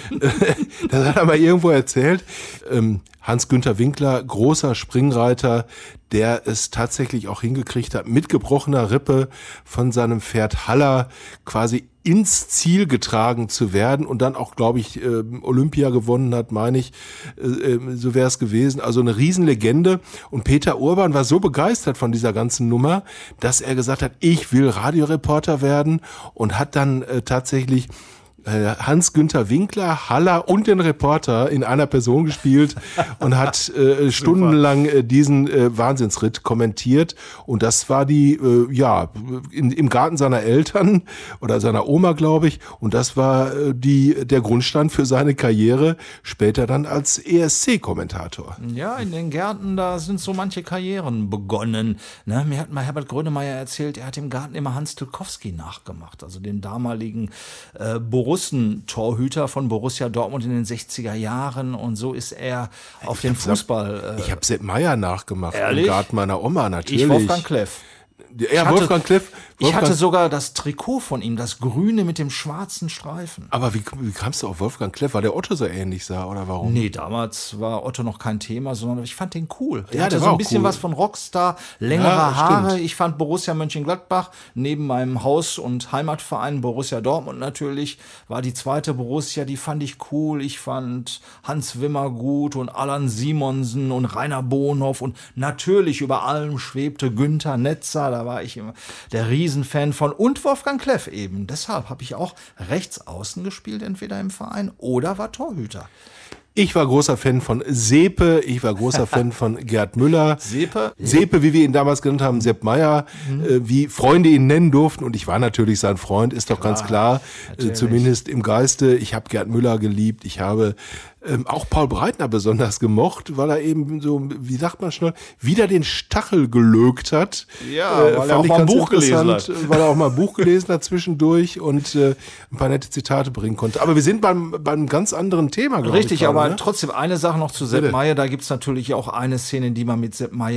Das hat er mal irgendwo erzählt. Ähm, Hans-Günther Winkler, großer Springreiter, der es tatsächlich auch hingekriegt hat, mit gebrochener Rippe von seinem Pferd Haller quasi ins Ziel getragen zu werden und dann auch, glaube ich, äh, Olympia gewonnen hat, meine ich, äh, äh, so wäre es gewesen. Also eine Riesenlegende. Und Peter Urban war so begeistert von dieser ganzen Nummer, dass er gesagt hat, ich will Radioreporter werden und hat dann äh, tatsächlich Hans-Günther Winkler, Haller und den Reporter in einer Person gespielt und hat äh, stundenlang äh, diesen äh, Wahnsinnsritt kommentiert. Und das war die, äh, ja, in, im Garten seiner Eltern oder seiner Oma, glaube ich. Und das war äh, die, der Grundstein für seine Karriere, später dann als E S C-Kommentator. Ja, in den Gärten, da sind so manche Karrieren begonnen. Ne? Mir hat mal Herbert Grönemeyer erzählt, er hat im Garten immer Hans Tilkowski nachgemacht, also den damaligen äh, Borussen-Torhüter von Borussia Dortmund in den sechziger Jahren. Und so ist er auf den Fußball. Äh, Ich habe Sepp Meier nachgemacht Ehrlich? im Garten meiner Oma, natürlich. ich Wolfgang Kleff. Ja, Ich hatte- Wolfgang Kleff. Ich Wolfgang- hatte sogar das Trikot von ihm, das grüne mit dem schwarzen Streifen. Aber wie, wie kamst du auf Wolfgang Kleff? War der Otto so ähnlich sah oder warum? Nee, damals war Otto noch kein Thema, sondern ich fand den cool. Der Ja, hatte der so war ein auch bisschen cool. was von Rockstar, längere Ja, Haare. stimmt. Ich fand Borussia Mönchengladbach neben meinem Haus- und Heimatverein Borussia Dortmund natürlich, war die zweite Borussia, die fand ich cool. Ich fand Hans Wimmer gut und Alan Simonsen und Rainer Bonhoff und natürlich über allem schwebte Günther Netzer, da war ich immer der Riesenfan von, und Wolfgang Kleff eben. Deshalb habe ich auch rechts außen gespielt, entweder im Verein oder war Torhüter. Ich war großer Fan von Sepe, ich war großer Fan von Gerd Müller. Sepe? Sepe, wie wir ihn damals genannt haben, Sepp Meier, Mhm. äh, wie Freunde ihn nennen durften. Und ich war natürlich sein Freund, ist doch ganz klar, äh, natürlich. zumindest im Geiste. Ich habe Gerd Müller geliebt, ich habe ähm, auch Paul Breitner besonders gemocht, weil er eben so, wie sagt man schnell, wieder den Stachel gelögt hat. Ja, weil er fand auch ich mal ein ganz Buch gelesen interessant, hat. Weil er auch mal ein Buch gelesen hat zwischendurch und äh, ein paar nette Zitate bringen konnte. Aber wir sind beim, beim ganz anderen Thema, glaube ich. Richtig, gerade, aber ne? trotzdem eine Sache noch zu Sepp Bitte. Meier. Da gibt's natürlich auch eine Szene, die man mit Sepp Meier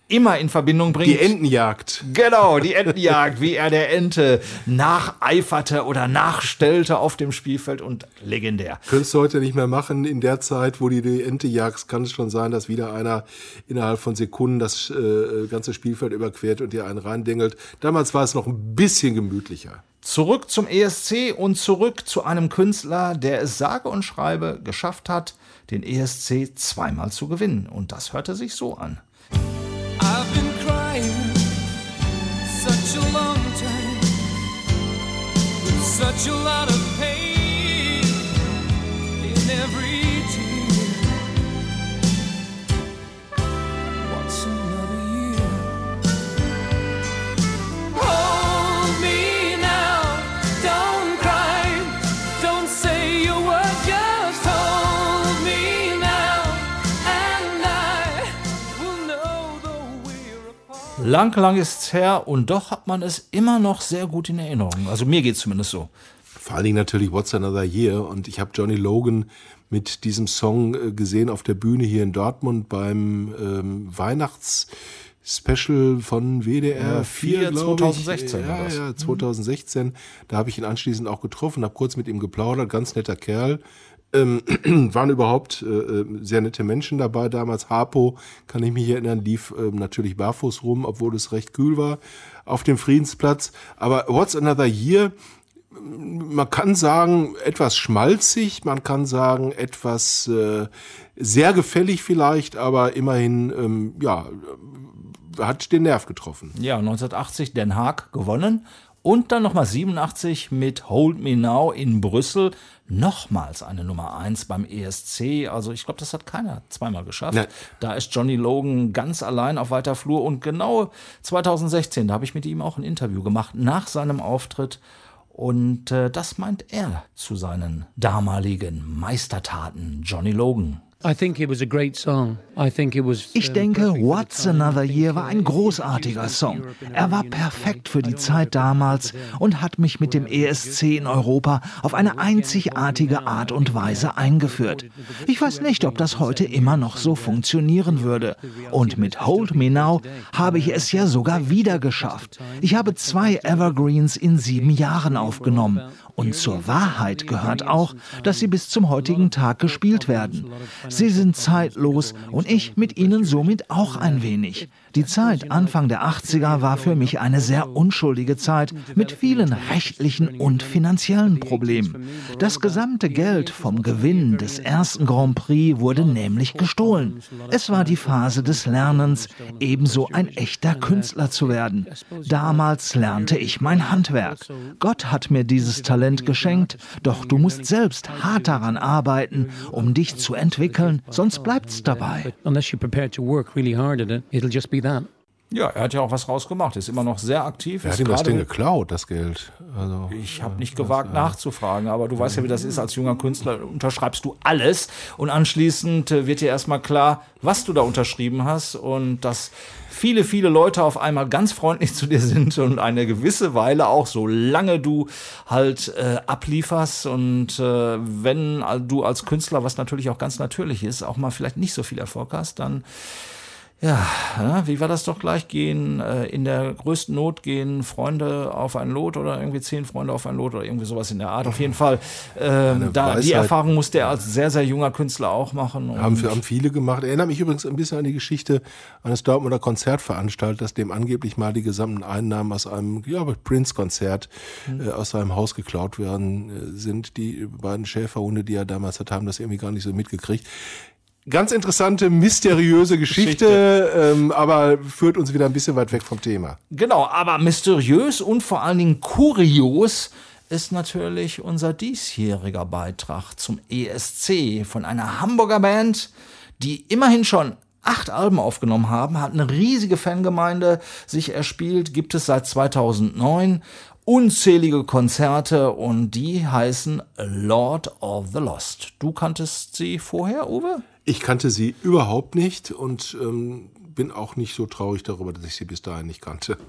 immer in Verbindung bringt. Die Entenjagd. Genau, die Entenjagd, wie er der Ente nacheiferte oder nachstellte auf dem Spielfeld und legendär. Könntest du heute nicht mehr machen. In der Zeit, wo du die Ente jagst, kann es schon sein, dass wieder einer innerhalb von Sekunden das äh, ganze Spielfeld überquert und dir einen reindengelt. Damals war es noch ein bisschen gemütlicher. Zurück zum E S C und zurück zu einem Künstler, der es sage und schreibe geschafft hat, den E S C zweimal zu gewinnen. Und das hörte sich so an. I've been crying such a long time, with such a lot of pain in every tear. What's another year? Hold me now, don't cry, don't say a word, just hold me now, and I will know the we're apart. Lang, lang ist's her und doch hat man es immer noch sehr gut in Erinnerung. Also mir geht's zumindest so. Vor allen Dingen natürlich What's Another Year. Und ich habe Johnny Logan mit diesem Song äh, gesehen auf der Bühne hier in Dortmund beim ähm, Weihnachtsspecial von W D R vier, glaube ich. zwanzig sechzehn Ja, war das. ja, zwanzig sechzehn. Da habe ich ihn anschließend auch getroffen, habe kurz mit ihm geplaudert. Ganz netter Kerl. Ähm, waren überhaupt äh, sehr nette Menschen dabei. Damals Harpo, kann ich mich erinnern, lief äh, natürlich barfuß rum, obwohl es recht kühl war auf dem Friedensplatz. Aber What's Another Year, man kann sagen, etwas schmalzig, man kann sagen, etwas äh, sehr gefällig vielleicht, aber immerhin, ähm, ja, hat den Nerv getroffen. Ja, neunzehnhundertachtzig Den Haag gewonnen und dann nochmal siebenundachtzig mit Hold Me Now in Brüssel nochmals eine Nummer eins beim E S C. Also ich glaube, das hat keiner zweimal geschafft. Nein. Da ist Johnny Logan ganz allein auf weiter Flur und genau zwanzig sechzehn, da habe ich mit ihm auch ein Interview gemacht nach seinem Auftritt. Und äh, das meint er zu seinen damaligen Meistertaten, Johnny Logan. I think it was a great song. I think it was. Ich denke, What's Another Year war ein großartiger Song. Er war perfekt für die Zeit damals und hat mich mit dem E S C in Europa auf eine einzigartige Art und Weise eingeführt. Ich weiß nicht, ob das heute immer noch so funktionieren würde. Und mit Hold Me Now habe ich es ja sogar wieder geschafft. Ich habe zwei Evergreens in sieben Jahren aufgenommen. Und zur Wahrheit gehört auch, dass sie bis zum heutigen Tag gespielt werden. Sie sind zeitlos und ich mit ihnen somit auch ein wenig. Die Zeit Anfang der achtziger war für mich eine sehr unschuldige Zeit mit vielen rechtlichen und finanziellen Problemen. Das gesamte Geld vom Gewinn des ersten Grand Prix wurde nämlich gestohlen. Es war die Phase des Lernens, ebenso ein echter Künstler zu werden. Damals lernte ich mein Handwerk. Gott hat mir dieses Talent geschenkt, doch du musst selbst hart daran arbeiten, um dich zu entwickeln, sonst bleibt's dabei. Unless you're prepared to work really hard at it, it'll just be that. Ja, er hat ja auch was rausgemacht, ist immer noch sehr aktiv. Wer ist hat ihm das gerade- Ding geklaut, das Geld? Also, Ich habe nicht gewagt nachzufragen, aber du weißt ja, wie das ist als junger Künstler, unterschreibst du alles und anschließend äh, wird dir erstmal klar, was du da unterschrieben hast und dass viele, viele Leute auf einmal ganz freundlich zu dir sind und eine gewisse Weile auch, solange du halt äh, ablieferst und äh, wenn du als Künstler, was natürlich auch ganz natürlich ist, auch mal vielleicht nicht so viel Erfolg hast, dann ja, ja, wie war das doch gleich? Gehen äh, in der größten Not gehen Freunde auf ein Lot oder irgendwie zehn Freunde auf ein Lot oder irgendwie sowas in der Art. Auf jeden Fall, ähm, da, die Weisheit. Erfahrung musste er als sehr, sehr junger Künstler auch machen. Und Haben, haben viele gemacht. Erinnert mich übrigens ein bisschen an die Geschichte eines Dortmunder Konzertveranstalters, dem angeblich mal die gesamten Einnahmen aus einem ja, Prince-Konzert Mhm. äh, aus seinem Haus geklaut werden äh, sind. Die beiden Schäferhunde, die er damals hat, haben das irgendwie gar nicht so mitgekriegt. Ganz interessante, mysteriöse Geschichte, ähm, aber führt uns wieder ein bisschen weit weg vom Thema. Genau, aber mysteriös und vor allen Dingen kurios ist natürlich unser diesjähriger Beitrag zum E S C von einer Hamburger Band, die immerhin schon acht Alben aufgenommen haben, hat eine riesige Fangemeinde sich erspielt, gibt es seit zweitausendneun, unzählige Konzerte und die heißen Lord of the Lost. Du kanntest sie vorher, Uwe? Ich kannte sie überhaupt nicht und ähm, bin auch nicht so traurig darüber, dass ich sie bis dahin nicht kannte.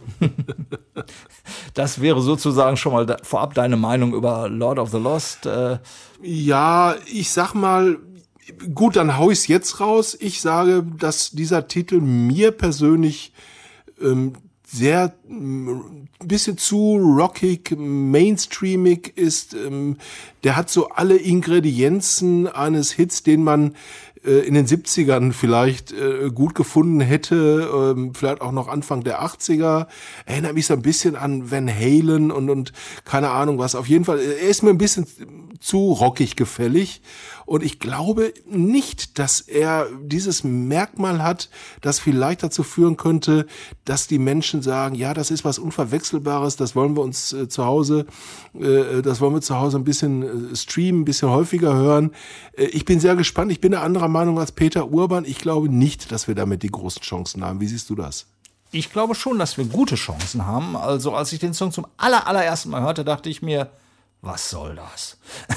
Das wäre sozusagen schon mal da, vorab deine Meinung über Lord of the Lost. Äh. Ja, ich sag mal, Gut, dann hau ich's jetzt raus. Ich sage, dass dieser Titel mir persönlich ähm, sehr ein bisschen zu rockig, mainstreamig ist. Ähm, der hat so alle Ingredienzen eines Hits, den man äh, in den siebzigern vielleicht äh, gut gefunden hätte, ähm, vielleicht auch noch Anfang der achtziger. Erinnert mich so ein bisschen an Van Halen und, und keine Ahnung was. Auf jeden Fall, er ist mir ein bisschen zu rockig gefällig. Und ich glaube nicht, dass er dieses Merkmal hat, das vielleicht dazu führen könnte, dass die Menschen sagen, ja, das ist was Unverwechselbares, das wollen wir uns äh, zu Hause, äh, das wollen wir zu Hause ein bisschen äh, streamen, ein bisschen häufiger hören. Äh, ich bin sehr gespannt. Ich bin einer anderer Meinung als Peter Urban. Ich glaube nicht, dass wir damit die großen Chancen haben. Wie siehst du das? Ich glaube schon, dass wir gute Chancen haben. Also als ich den Song zum aller, allerersten Mal hörte, dachte ich mir, was soll das?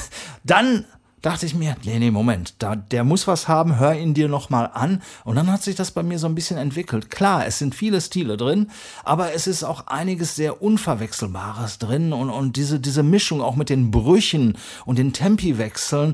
Dann dachte ich mir, nee, nee, Moment, da, der muss was haben, hör ihn dir noch mal an. Und dann hat sich das bei mir so ein bisschen entwickelt. Klar, es sind viele Stile drin, aber es ist auch einiges sehr Unverwechselbares drin. Und, und diese, diese Mischung auch mit den Brüchen und den Tempiwechseln,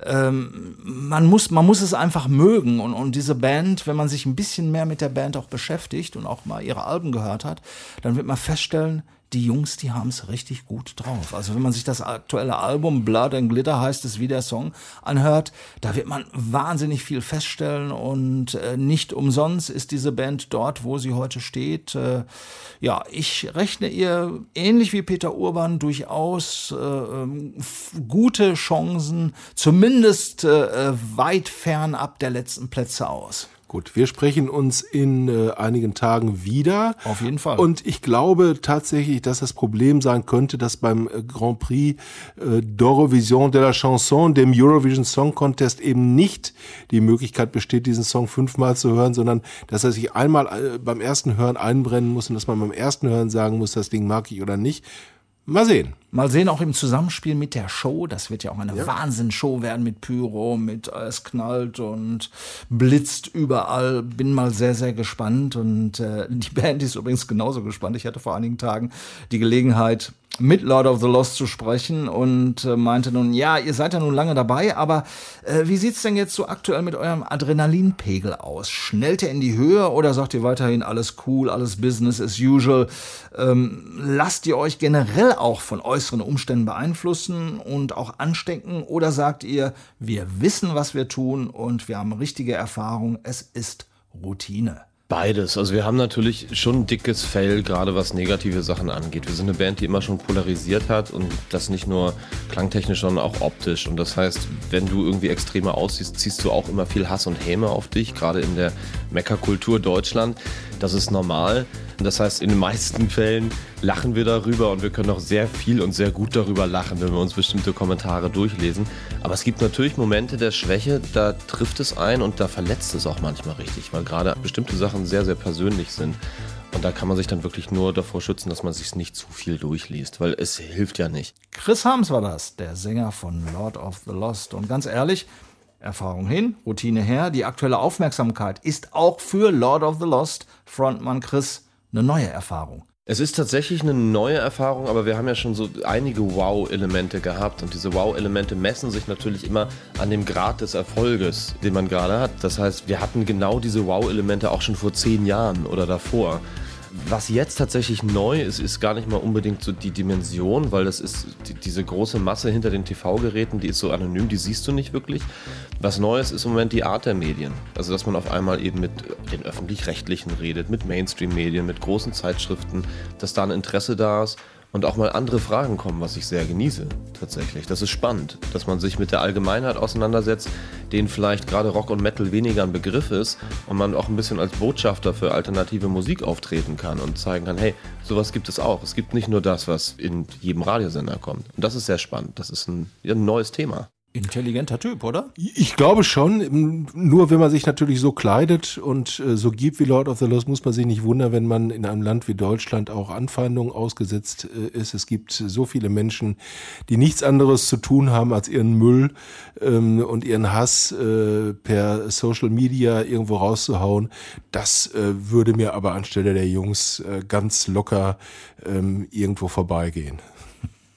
ähm, man muss, man muss es einfach mögen. Und, und diese Band, wenn man sich ein bisschen mehr mit der Band auch beschäftigt und auch mal ihre Alben gehört hat, dann wird man feststellen, die Jungs, die haben es richtig gut drauf. Also wenn man sich das aktuelle Album Blood and Glitter heißt es, wie der Song anhört, da wird man wahnsinnig viel feststellen und äh, nicht umsonst ist diese Band dort, wo sie heute steht. Äh, ja, ich rechne ihr ähnlich wie Peter Urban durchaus äh, f- gute Chancen, zumindest äh, weit fernab der letzten Plätze aus. Gut, wir sprechen uns in äh, einigen Tagen wieder. Auf jeden Fall. Und ich glaube tatsächlich, dass das Problem sein könnte, dass beim äh, Grand Prix äh, d'Eurovision de la Chanson, dem Eurovision Song Contest, eben nicht die Möglichkeit besteht, diesen Song fünfmal zu hören, sondern dass er sich einmal äh, beim ersten Hören einbrennen muss und dass man beim ersten Hören sagen muss, das Ding mag ich oder nicht. Mal sehen. Mal sehen, auch im Zusammenspiel mit der Show. Das wird ja auch eine Ja. Wahnsinnsshow werden mit Pyro, mit äh, es knallt und blitzt überall. Bin mal sehr, sehr gespannt. Und äh, die Band ist übrigens genauso gespannt. Ich hatte vor einigen Tagen die Gelegenheit, mit Lord of the Lost zu sprechen und äh, meinte nun, ja, ihr seid ja nun lange dabei, aber äh, wie sieht's denn jetzt so aktuell mit eurem Adrenalinpegel aus? Schnellt ihr in die Höhe oder sagt ihr weiterhin alles cool, alles Business as usual? Ähm, lasst ihr euch generell auch von äußeren Umständen beeinflussen und auch anstecken oder sagt ihr, wir wissen, was wir tun und wir haben richtige Erfahrung, es ist Routine? Beides. Also wir haben natürlich schon ein dickes Fell, gerade was negative Sachen angeht. Wir sind eine Band, die immer schon polarisiert hat und das nicht nur klangtechnisch, sondern auch optisch. Und das heißt, wenn du irgendwie extremer aussiehst, ziehst du auch immer viel Hass und Häme auf dich, gerade in der Meckerkultur Deutschland. Das ist normal. Das heißt, in den meisten Fällen lachen wir darüber und wir können auch sehr viel und sehr gut darüber lachen, wenn wir uns bestimmte Kommentare durchlesen. Aber es gibt natürlich Momente der Schwäche, da trifft es ein und da verletzt es auch manchmal richtig, weil gerade bestimmte Sachen sehr, sehr persönlich sind. Und da kann man sich dann wirklich nur davor schützen, dass man sich nicht zu viel durchliest, weil es hilft ja nicht. Chris Harms war das, der Sänger von Lord of the Lost. Und ganz ehrlich, Erfahrung hin, Routine her, die aktuelle Aufmerksamkeit ist auch für Lord of the Lost Frontmann Chris eine neue Erfahrung. Es ist tatsächlich eine neue Erfahrung, aber wir haben ja schon so einige Wow-Elemente gehabt und diese Wow-Elemente messen sich natürlich immer an dem Grad des Erfolges, den man gerade hat. Das heißt, wir hatten genau diese Wow-Elemente auch schon vor zehn Jahren oder davor. Was jetzt tatsächlich neu ist, ist gar nicht mal unbedingt so die Dimension, weil das ist die, diese große Masse hinter den T V-Geräten, die ist so anonym, die siehst du nicht wirklich. Was Neues ist im Moment die Art der Medien. Also dass man auf einmal eben mit den Öffentlich-Rechtlichen redet, mit Mainstream-Medien, mit großen Zeitschriften, dass da ein Interesse da ist und auch mal andere Fragen kommen, was ich sehr genieße tatsächlich. Das ist spannend, dass man sich mit der Allgemeinheit auseinandersetzt, denen vielleicht gerade Rock und Metal weniger ein Begriff ist und man auch ein bisschen als Botschafter für alternative Musik auftreten kann und zeigen kann, hey, sowas gibt es auch. Es gibt nicht nur das, was in jedem Radiosender kommt. Und das ist sehr spannend. Das ist ein, ein neues Thema. Intelligenter Typ, oder? Ich glaube schon, nur wenn man sich natürlich so kleidet und äh, so gibt wie Lord of the Lost, muss man sich nicht wundern, wenn man in einem Land wie Deutschland auch Anfeindungen ausgesetzt äh, ist. Es gibt so viele Menschen, die nichts anderes zu tun haben, als ihren Müll ähm, und ihren Hass äh, per Social Media irgendwo rauszuhauen. Das äh, würde mir aber anstelle der Jungs äh, ganz locker ähm, irgendwo vorbeigehen.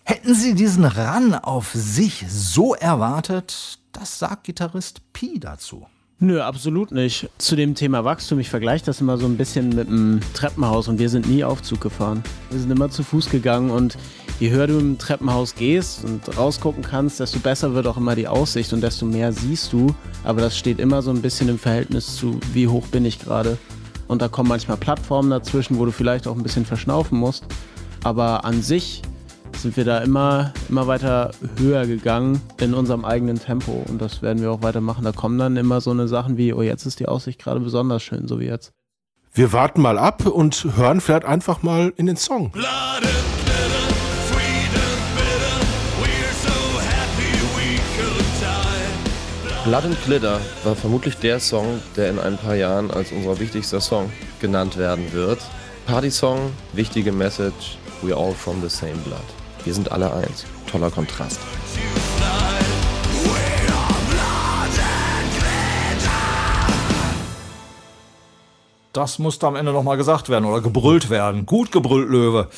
Hätten Sie diesen Run auf sich so erwartet? Das sagt Gitarrist Pi dazu. Nö, absolut nicht. Zu dem Thema Wachstum, ich vergleiche das immer so ein bisschen mit einem Treppenhaus und wir sind nie Aufzug gefahren. Wir sind immer zu Fuß gegangen und je höher du im Treppenhaus gehst und rausgucken kannst, desto besser wird auch immer die Aussicht und desto mehr siehst du. Aber das steht immer so ein bisschen im Verhältnis zu, wie hoch bin ich gerade. Und da kommen manchmal Plattformen dazwischen, wo du vielleicht auch ein bisschen verschnaufen musst. Aber an sich sind wir da immer, immer weiter höher gegangen in unserem eigenen Tempo. Und das werden wir auch weitermachen. Da kommen dann immer so eine Sachen wie, oh, jetzt ist die Aussicht gerade besonders schön, so wie jetzt. Wir warten mal ab und hören vielleicht einfach mal in den Song. Blood and Glitter war vermutlich der Song, der in ein paar Jahren als unser wichtigster Song genannt werden wird. Party-Song, wichtige Message, we're all from the same blood. Wir sind alle eins. Toller Kontrast. Das musste am Ende nochmal gesagt werden oder gebrüllt werden. Gut gebrüllt, Löwe.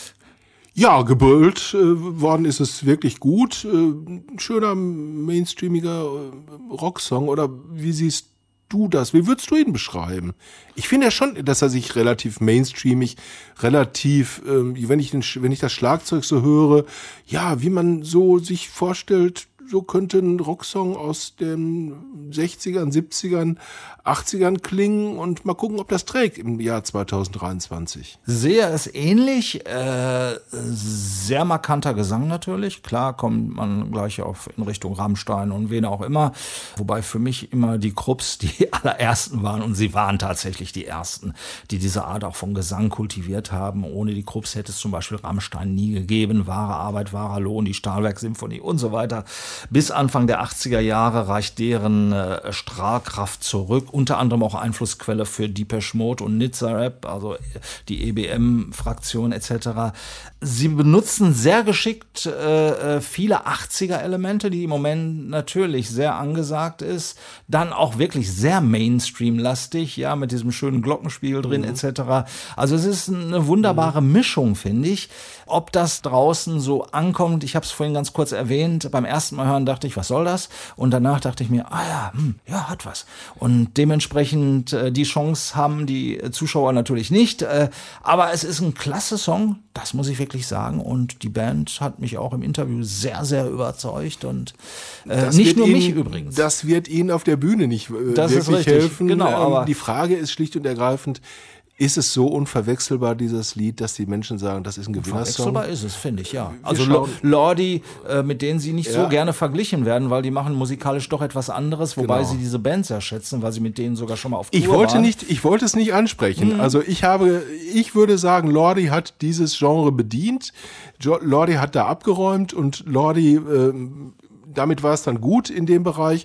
Ja, gebrüllt äh, worden ist es wirklich gut. Äh, schöner, mainstreamiger äh, Rocksong. Oder wie siehst du das? Wie würdest du ihn beschreiben? Ich finde ja schon, dass er sich relativ mainstreamig, relativ, äh, wenn ich den, wenn ich das Schlagzeug so höre, ja, wie man so sich vorstellt, so könnte ein Rocksong aus den sechzigern, siebzigern, achtzigern klingen und mal gucken, ob das trägt im Jahr zwanzig dreiundzwanzig. Sehe es ähnlich, äh, sehr markanter Gesang natürlich, klar kommt man gleich auf in Richtung Rammstein und wen auch immer, wobei für mich immer die Krupps die allerersten waren und sie waren tatsächlich die ersten, die diese Art auch von Gesang kultiviert haben. Ohne die Krupps hätte es zum Beispiel Rammstein nie gegeben, wahre Arbeit, wahrer Lohn, die Stahlwerk-Symphonie und so weiter. Bis Anfang der achtziger Jahre reicht deren äh, Strahlkraft zurück, unter anderem auch Einflussquelle für Depeche Mode und Nizza Rap, also die E B M-Fraktion et cetera. Sie benutzen sehr geschickt äh, viele achtziger-Elemente, die im Moment natürlich sehr angesagt ist, dann auch wirklich sehr Mainstream-lastig, ja, mit diesem schönen Glockenspiel drin mhm. et cetera. Also es ist eine wunderbare mhm. Mischung, finde ich. Ob das draußen so ankommt, ich habe es vorhin ganz kurz erwähnt, beim ersten Mal hören dachte ich, was soll das? Und danach dachte ich mir, ah ja, hm, ja, hat was. Und dementsprechend äh, die Chance haben die Zuschauer natürlich nicht. Äh, aber es ist ein klasse Song, das muss ich wirklich sagen. Und die Band hat mich auch im Interview sehr, sehr überzeugt. Und äh, nicht nur ihn, mich übrigens. Das wird Ihnen auf der Bühne nicht äh, das wirklich ist richtig. helfen. Genau, aber ähm, die Frage ist schlicht und ergreifend, ist es so unverwechselbar, dieses Lied, dass die Menschen sagen, das ist ein Gewinnersong? Unverwechselbar ist es, finde ich, ja. Also Lo- Lordi, äh, mit denen sie nicht ja. so gerne verglichen werden, weil die machen musikalisch doch etwas anderes, wobei genau. sie diese Band sehr schätzen, weil sie mit denen sogar schon mal auf Tour ich wollte waren. Nicht, ich wollte es nicht ansprechen. Mhm. Also ich habe, ich würde sagen, Lordi hat dieses Genre bedient. Jo- Lordi hat da abgeräumt und Lordi, äh, damit war es dann gut in dem Bereich.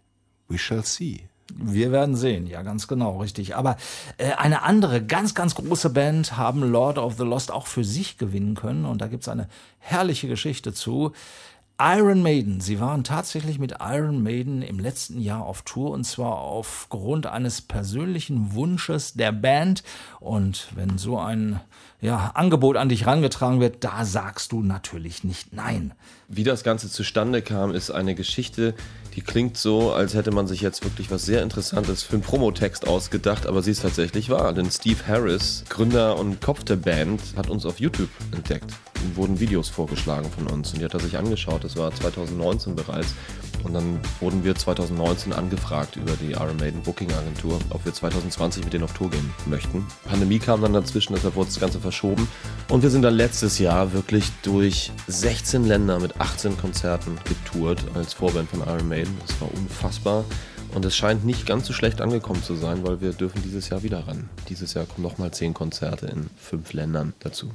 We shall see. Wir werden sehen, ja, ganz genau, richtig. Aber äh, eine andere ganz, ganz große Band haben Lord of the Lost auch für sich gewinnen können. Und da gibt's eine herrliche Geschichte zu. Iron Maiden, sie waren tatsächlich mit Iron Maiden im letzten Jahr auf Tour und zwar aufgrund eines persönlichen Wunsches der Band. Und wenn so ein ja, Angebot an dich rangetragen wird, da sagst du natürlich nicht nein. Wie das Ganze zustande kam, ist eine Geschichte, die klingt so, als hätte man sich jetzt wirklich was sehr Interessantes für einen Promotext ausgedacht, aber sie ist tatsächlich wahr. Denn Steve Harris, Gründer und Kopf der Band, hat uns auf YouTube entdeckt. Ihm wurden Videos vorgeschlagen von uns und die hat er sich angeschaut. Das war zwanzig neunzehn bereits. Und dann wurden wir zwanzig neunzehn angefragt über die Iron Maiden Booking Agentur, ob wir zwanzig zwanzig mit denen auf Tour gehen möchten. Pandemie kam dann dazwischen, deshalb wurde das Ganze verschoben. Und wir sind dann letztes Jahr wirklich durch sechzehn Länder mit achtzehn Konzerten getourt als Vorband von Iron Maiden. Das war unfassbar. Und es scheint nicht ganz so schlecht angekommen zu sein, weil wir dürfen dieses Jahr wieder ran. Dieses Jahr kommen nochmal zehn Konzerte in fünf Ländern dazu.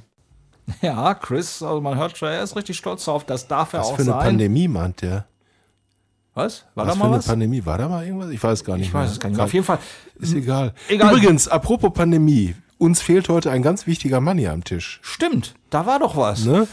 Ja, Chris, also man hört schon, er ist richtig stolz darauf, das darf er was auch sein. Was für eine sein. Pandemie meint der? Was? War was da mal für eine was? Pandemie? War da mal irgendwas? Ich weiß gar nicht Ich mehr. weiß es gar nicht mehr. Auf jeden Fall. Ist egal. egal. Übrigens, apropos Pandemie. Uns fehlt heute ein ganz wichtiger Mann hier am Tisch. Stimmt, da war doch was. Ne?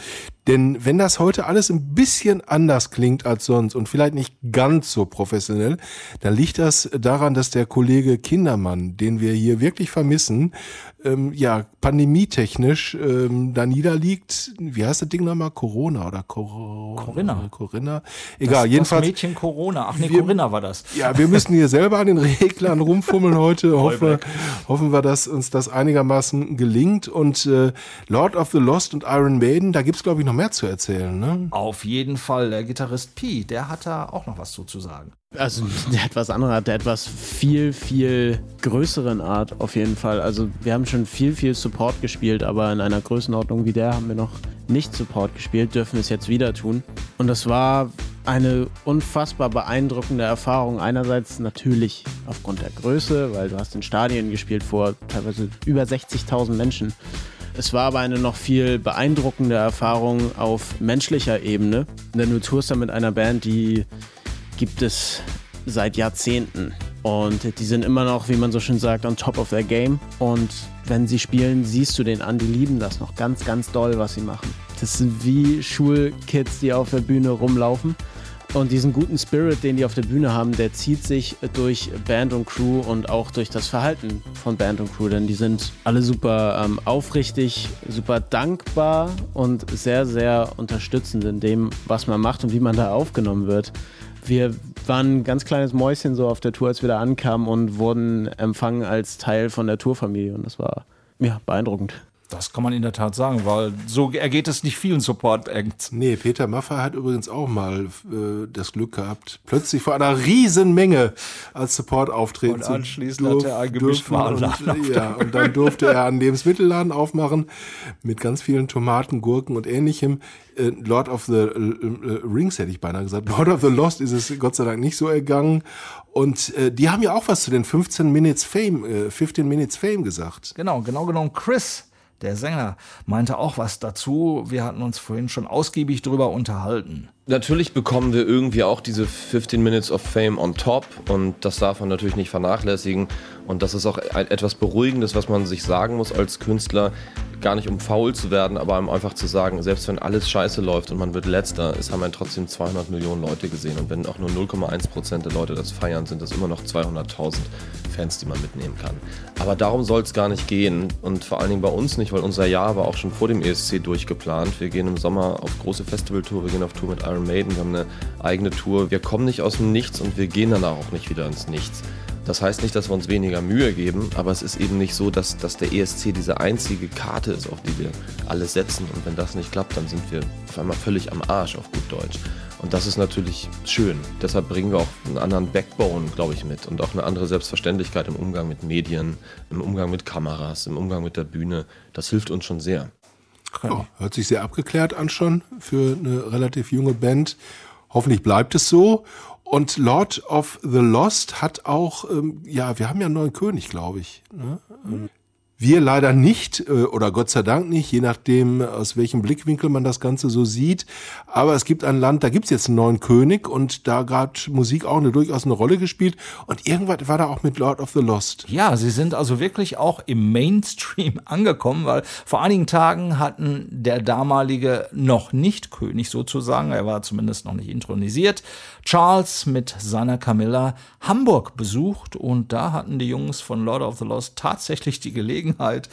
Denn wenn das heute alles ein bisschen anders klingt als sonst und vielleicht nicht ganz so professionell, dann liegt das daran, dass der Kollege Kindermann, den wir hier wirklich vermissen, ähm, ja, pandemietechnisch ähm, da niederliegt. Wie heißt das Ding nochmal? Corona oder Cor- Corinna. Corinna? Egal, das, jedenfalls. Das Mädchen Corona. Ach nee, wir, Corinna war das. Ja, wir müssen hier selber an den Reglern rumfummeln heute. Hoffe, hoffen wir, dass uns das einigermaßen gelingt. Und äh, Lord of the Lost und Iron Maiden, da gibt's glaube ich noch mehr zu erzählen, ne? Auf jeden Fall. Der Gitarrist Pi, der hat da auch noch was zu, zu sagen. Also der etwas andere Art, der etwas viel, viel größeren Art auf jeden Fall. Also wir haben schon viel, viel Support gespielt, aber in einer Größenordnung wie der haben wir noch nicht Support gespielt, dürfen es jetzt wieder tun. Und das war eine unfassbar beeindruckende Erfahrung. Einerseits natürlich aufgrund der Größe, weil du hast in Stadien gespielt vor teilweise über sechzigtausend Menschen. Es war aber eine noch viel beeindruckende Erfahrung auf menschlicher Ebene, denn du tourst da mit einer Band, die gibt es seit Jahrzehnten und die sind immer noch, wie man so schön sagt, on top of their game und wenn sie spielen, siehst du den an, die lieben das noch ganz, ganz doll, was sie machen. Das sind wie Schulkids, die auf der Bühne rumlaufen und diesen guten Spirit, den die auf der Bühne haben, der zieht sich durch Band und Crew und auch durch das Verhalten von Band und Crew, denn die sind alle super ähm, aufrichtig, super dankbar und sehr, sehr unterstützend in dem, was man macht und wie man da aufgenommen wird. Wir waren ein ganz kleines Mäuschen so auf der Tour, als wir da ankamen und wurden empfangen als Teil von der Tourfamilie und das war ja beeindruckend. Das kann man in der Tat sagen, weil so ergeht es nicht vielen Support-Acts. Nee, Peter Maffay hat übrigens auch mal äh, das Glück gehabt, plötzlich vor einer riesen Menge als Support auftreten zu Und anschließend hat er ein Gemischtwarenladen und, ja, und dann durfte er einen Lebensmittelladen aufmachen mit ganz vielen Tomaten, Gurken und ähnlichem. Äh, Lord of the äh, äh, Rings hätte ich beinahe gesagt. Lord of the Lost ist es Gott sei Dank nicht so ergangen. Und äh, die haben ja auch was zu den fünfzehn Minutes Fame, äh, fifteen Minutes Fame gesagt. Genau, genau genommen Chris, der Sänger, meinte auch was dazu. Wir hatten uns vorhin schon ausgiebig drüber unterhalten. Natürlich bekommen wir irgendwie auch diese fifteen Minutes of Fame on top und das darf man natürlich nicht vernachlässigen und das ist auch etwas Beruhigendes, was man sich sagen muss als Künstler, gar nicht um faul zu werden, aber um einfach zu sagen, selbst wenn alles scheiße läuft und man wird Letzter, es haben einen trotzdem zweihundert Millionen Leute gesehen und wenn auch nur null Komma eins Prozent der Leute das feiern, sind das immer noch zweihunderttausend Fans, die man mitnehmen kann. Aber darum soll es gar nicht gehen und vor allen Dingen bei uns nicht, weil unser Jahr war auch schon vor dem E S C durchgeplant. Wir gehen im Sommer auf große Festivaltour, wir gehen auf Tour mit Iron Maiden, wir haben eine eigene Tour. Wir kommen nicht aus dem Nichts und wir gehen danach auch nicht wieder ins Nichts. Das heißt nicht, dass wir uns weniger Mühe geben, aber es ist eben nicht so, dass, dass der E S C diese einzige Karte ist, auf die wir alles setzen. Und wenn das nicht klappt, dann sind wir auf einmal völlig am Arsch, auf gut Deutsch. Und das ist natürlich schön. Deshalb bringen wir auch einen anderen Backbone, glaube ich, mit. Und auch eine andere Selbstverständlichkeit im Umgang mit Medien, im Umgang mit Kameras, im Umgang mit der Bühne. Das hilft uns schon sehr. Oh, hört sich sehr abgeklärt an schon für eine relativ junge Band. Hoffentlich bleibt es so. Und Lord of the Lost hat auch, ähm, ja, wir haben ja einen neuen König, glaube ich. Ne? Mhm. Wir leider nicht, äh, oder Gott sei Dank nicht, je nachdem, aus welchem Blickwinkel man das Ganze so sieht. Aber es gibt ein Land, da gibt's jetzt einen neuen König und da hat Musik auch eine, durchaus eine Rolle gespielt. Und irgendwas war da auch mit Lord of the Lost. Ja, sie sind also wirklich auch im Mainstream angekommen, weil vor einigen Tagen hatten der damalige noch nicht König sozusagen, er war zumindest noch nicht intronisiert, Charles mit seiner Camilla Hamburg besucht und da hatten die Jungs von Lord of the Lost tatsächlich die Gelegenheit,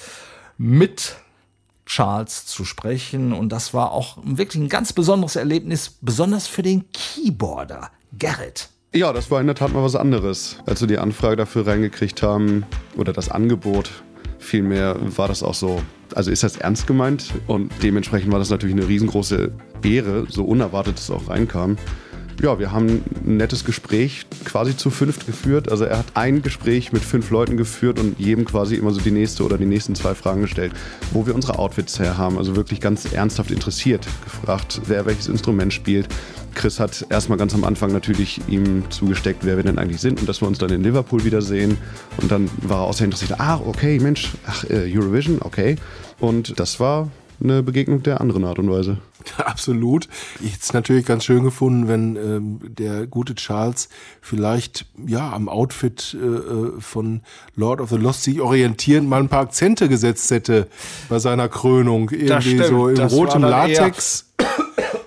mit Charles zu sprechen und das war auch wirklich ein ganz besonderes Erlebnis, besonders für den Keyboarder Gerrit. Ja, das war in der Tat mal was anderes. Als wir die Anfrage dafür reingekriegt haben oder das Angebot, vielmehr war das auch so, also ist das ernst gemeint und dementsprechend war das natürlich eine riesengroße Ehre, so unerwartet es auch reinkam. Ja, wir haben ein nettes Gespräch quasi zu fünft geführt. Also er hat ein Gespräch mit fünf Leuten geführt und jedem quasi immer so die nächste oder die nächsten zwei Fragen gestellt, wo wir unsere Outfits her haben. Also wirklich ganz ernsthaft interessiert gefragt, wer welches Instrument spielt. Chris hat erstmal ganz am Anfang natürlich ihm zugesteckt, wer wir denn eigentlich sind und dass wir uns dann in Liverpool wiedersehen. Und dann war er auch sehr interessiert. Ah, okay, Mensch, ach, äh, Eurovision, okay. Und das war eine Begegnung der anderen Art und Weise. Absolut. Ich hätte es natürlich ganz schön gefunden, wenn ähm, der gute Charles vielleicht ja am Outfit äh, von Lord of the Lost sich orientierend mal ein paar Akzente gesetzt hätte bei seiner Krönung. Irgendwie so in rotem Latex.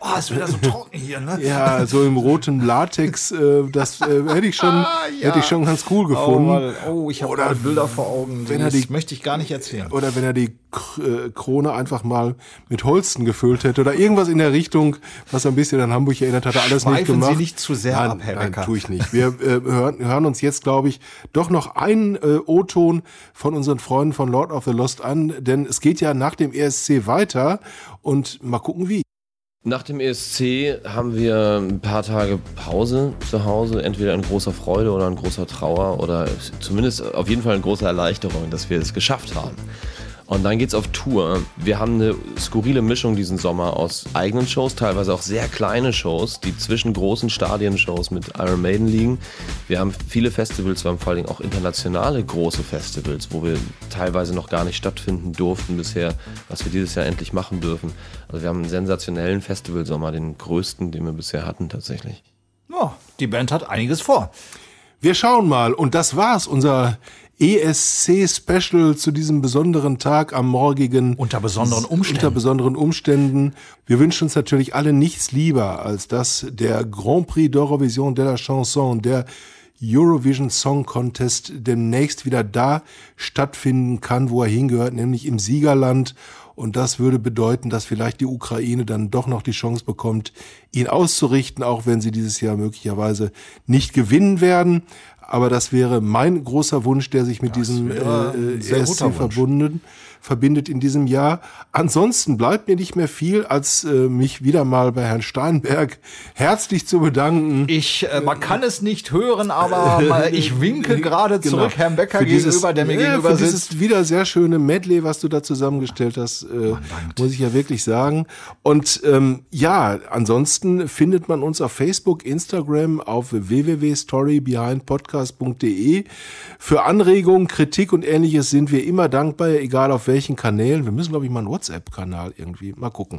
Oh, ist wieder so trocken hier, ne? Ja, so im roten Latex, äh, das äh, hätte ich schon, ah, ja. hätte ich schon ganz cool gefunden. Oh, weil, oh ich habe Bilder vor Augen, wenn das er die, möchte ich gar nicht erzählen. Oder wenn er die Krone einfach mal mit Holsten gefüllt hätte oder irgendwas in der Richtung, was ein bisschen an Hamburg erinnert hatte, alles Schweifen nicht gemacht. Sie nicht zu sehr nein, ab, Herr nein, Becker. Tue ich nicht. Wir äh, hören, hören uns jetzt, glaube ich, doch noch einen äh, O-Ton von unseren Freunden von Lord of the Lost an, denn es geht ja nach dem E S C weiter und mal gucken wie. Nach dem E S C haben wir ein paar Tage Pause zu Hause, entweder in großer Freude oder in großer Trauer oder zumindest auf jeden Fall in großer Erleichterung, dass wir es geschafft haben. Und dann geht's auf Tour. Wir haben eine skurrile Mischung diesen Sommer aus eigenen Shows, teilweise auch sehr kleine Shows, die zwischen großen Stadionshows mit Iron Maiden liegen. Wir haben viele Festivals, wir haben vor allem auch internationale große Festivals, wo wir teilweise noch gar nicht stattfinden durften bisher, was wir dieses Jahr endlich machen dürfen. Also wir haben einen sensationellen Festivalsommer, den größten, den wir bisher hatten tatsächlich. Ja, die Band hat einiges vor. Wir schauen mal und das war's, unser E S C-Special zu diesem besonderen Tag am morgigen. Unter besonderen Umständen. Unter besonderen Umständen. Wir wünschen uns natürlich alle nichts lieber, als dass der Grand Prix d'Eurovision de la Chanson, der Eurovision Song Contest, demnächst wieder da stattfinden kann, wo er hingehört, nämlich im Siegerland. Und das würde bedeuten, dass vielleicht die Ukraine dann doch noch die Chance bekommt, ihn auszurichten, auch wenn sie dieses Jahr möglicherweise nicht gewinnen werden. Aber das wäre mein großer Wunsch, der sich mit das diesem äh, E S C verbunden, verbindet in diesem Jahr. Ansonsten bleibt mir nicht mehr viel, als äh, mich wieder mal bei Herrn Steinberg herzlich zu bedanken. Ich, äh, man kann es nicht hören, aber mal, ich winke gerade zurück, genau. Herrn Becker für gegenüber, dieses, der mir ja, gegenüber für sitzt. Dieses wieder sehr schöne Medley, was du da zusammengestellt hast, äh, muss ich ja wirklich sagen. Und ähm, ja, ansonsten findet man uns auf Facebook, Instagram, auf w w w punkt story behind podcast punkt d e. Für Anregungen, Kritik und Ähnliches sind wir immer dankbar, egal auf welchen Kanälen. Wir müssen, glaube ich, mal einen WhatsApp-Kanal irgendwie, mal gucken,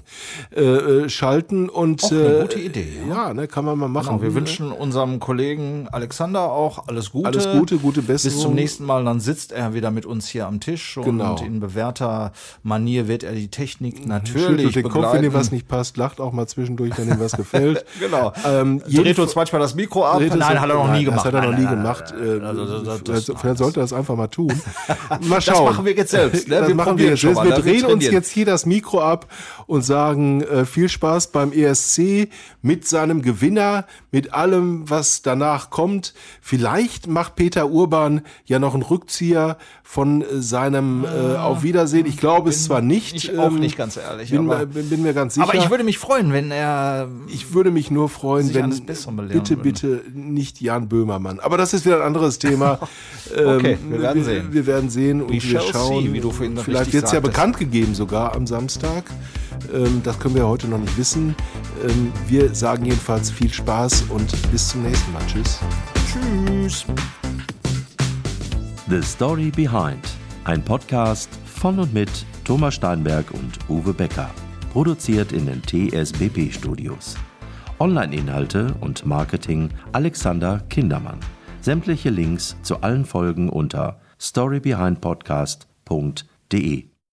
äh, schalten. Und, auch eine gute Idee. Ja, ja ne, kann man mal machen. Genau, wir wünschen unserem Kollegen Alexander auch alles Gute. Alles Gute, gute Besserung. Bis zum nächsten Mal, dann sitzt er wieder mit uns hier am Tisch. Genau. Und in bewährter Manier wird er die Technik natürlich Schüttelt den begleiten. Kopf, wenn ihm was nicht passt, lacht auch mal zwischendurch, wenn ihm was gefällt. Genau. Ähm, Dreht uns manchmal das Mikro ab. Nein, nein, hat er noch nein, nie gemacht. Das hat er noch nein, nie nein, gemacht. Nein, nein, nein. Also, das, das, vielleicht, vielleicht sollte er das einfach mal tun. Mal Das schauen. machen wir jetzt selbst. Ne? Das Wir machen wir jetzt selbst. mal, Wir ne? drehen wir uns jetzt hier das Mikro ab und sagen äh, viel Spaß beim E S C mit seinem Gewinner, mit allem, was danach kommt. Vielleicht macht Peter Urban ja noch einen Rückzieher von äh, seinem äh, Auf Wiedersehen. Ich glaube es zwar nicht. Ich ähm, auch nicht, ganz ehrlich. Bin, aber, bin, bin mir ganz sicher. aber ich würde mich freuen, wenn er. Ich würde mich nur freuen, wenn bitte, würden. bitte nicht Jan Böhmermann. Aber das ist wieder ein anderes Thema. Okay, wir werden sehen. Wir, wir werden sehen und We wir schauen. See, wie du vorhin Vielleicht wird es ja sagtest. bekannt gegeben sogar am Samstag. Ähm, das können wir heute noch nicht wissen. Ähm, wir sagen jedenfalls viel Spaß und bis zum nächsten Mal. Tschüss. Tschüss. The Story Behind. Ein Podcast von und mit Thomas Steinberg und Uwe Becker. Produziert in den T S B P-Studios. Online-Inhalte und Marketing Alexander Kindermann. Sämtliche Links zu allen Folgen unter story behind podcast punkt d e.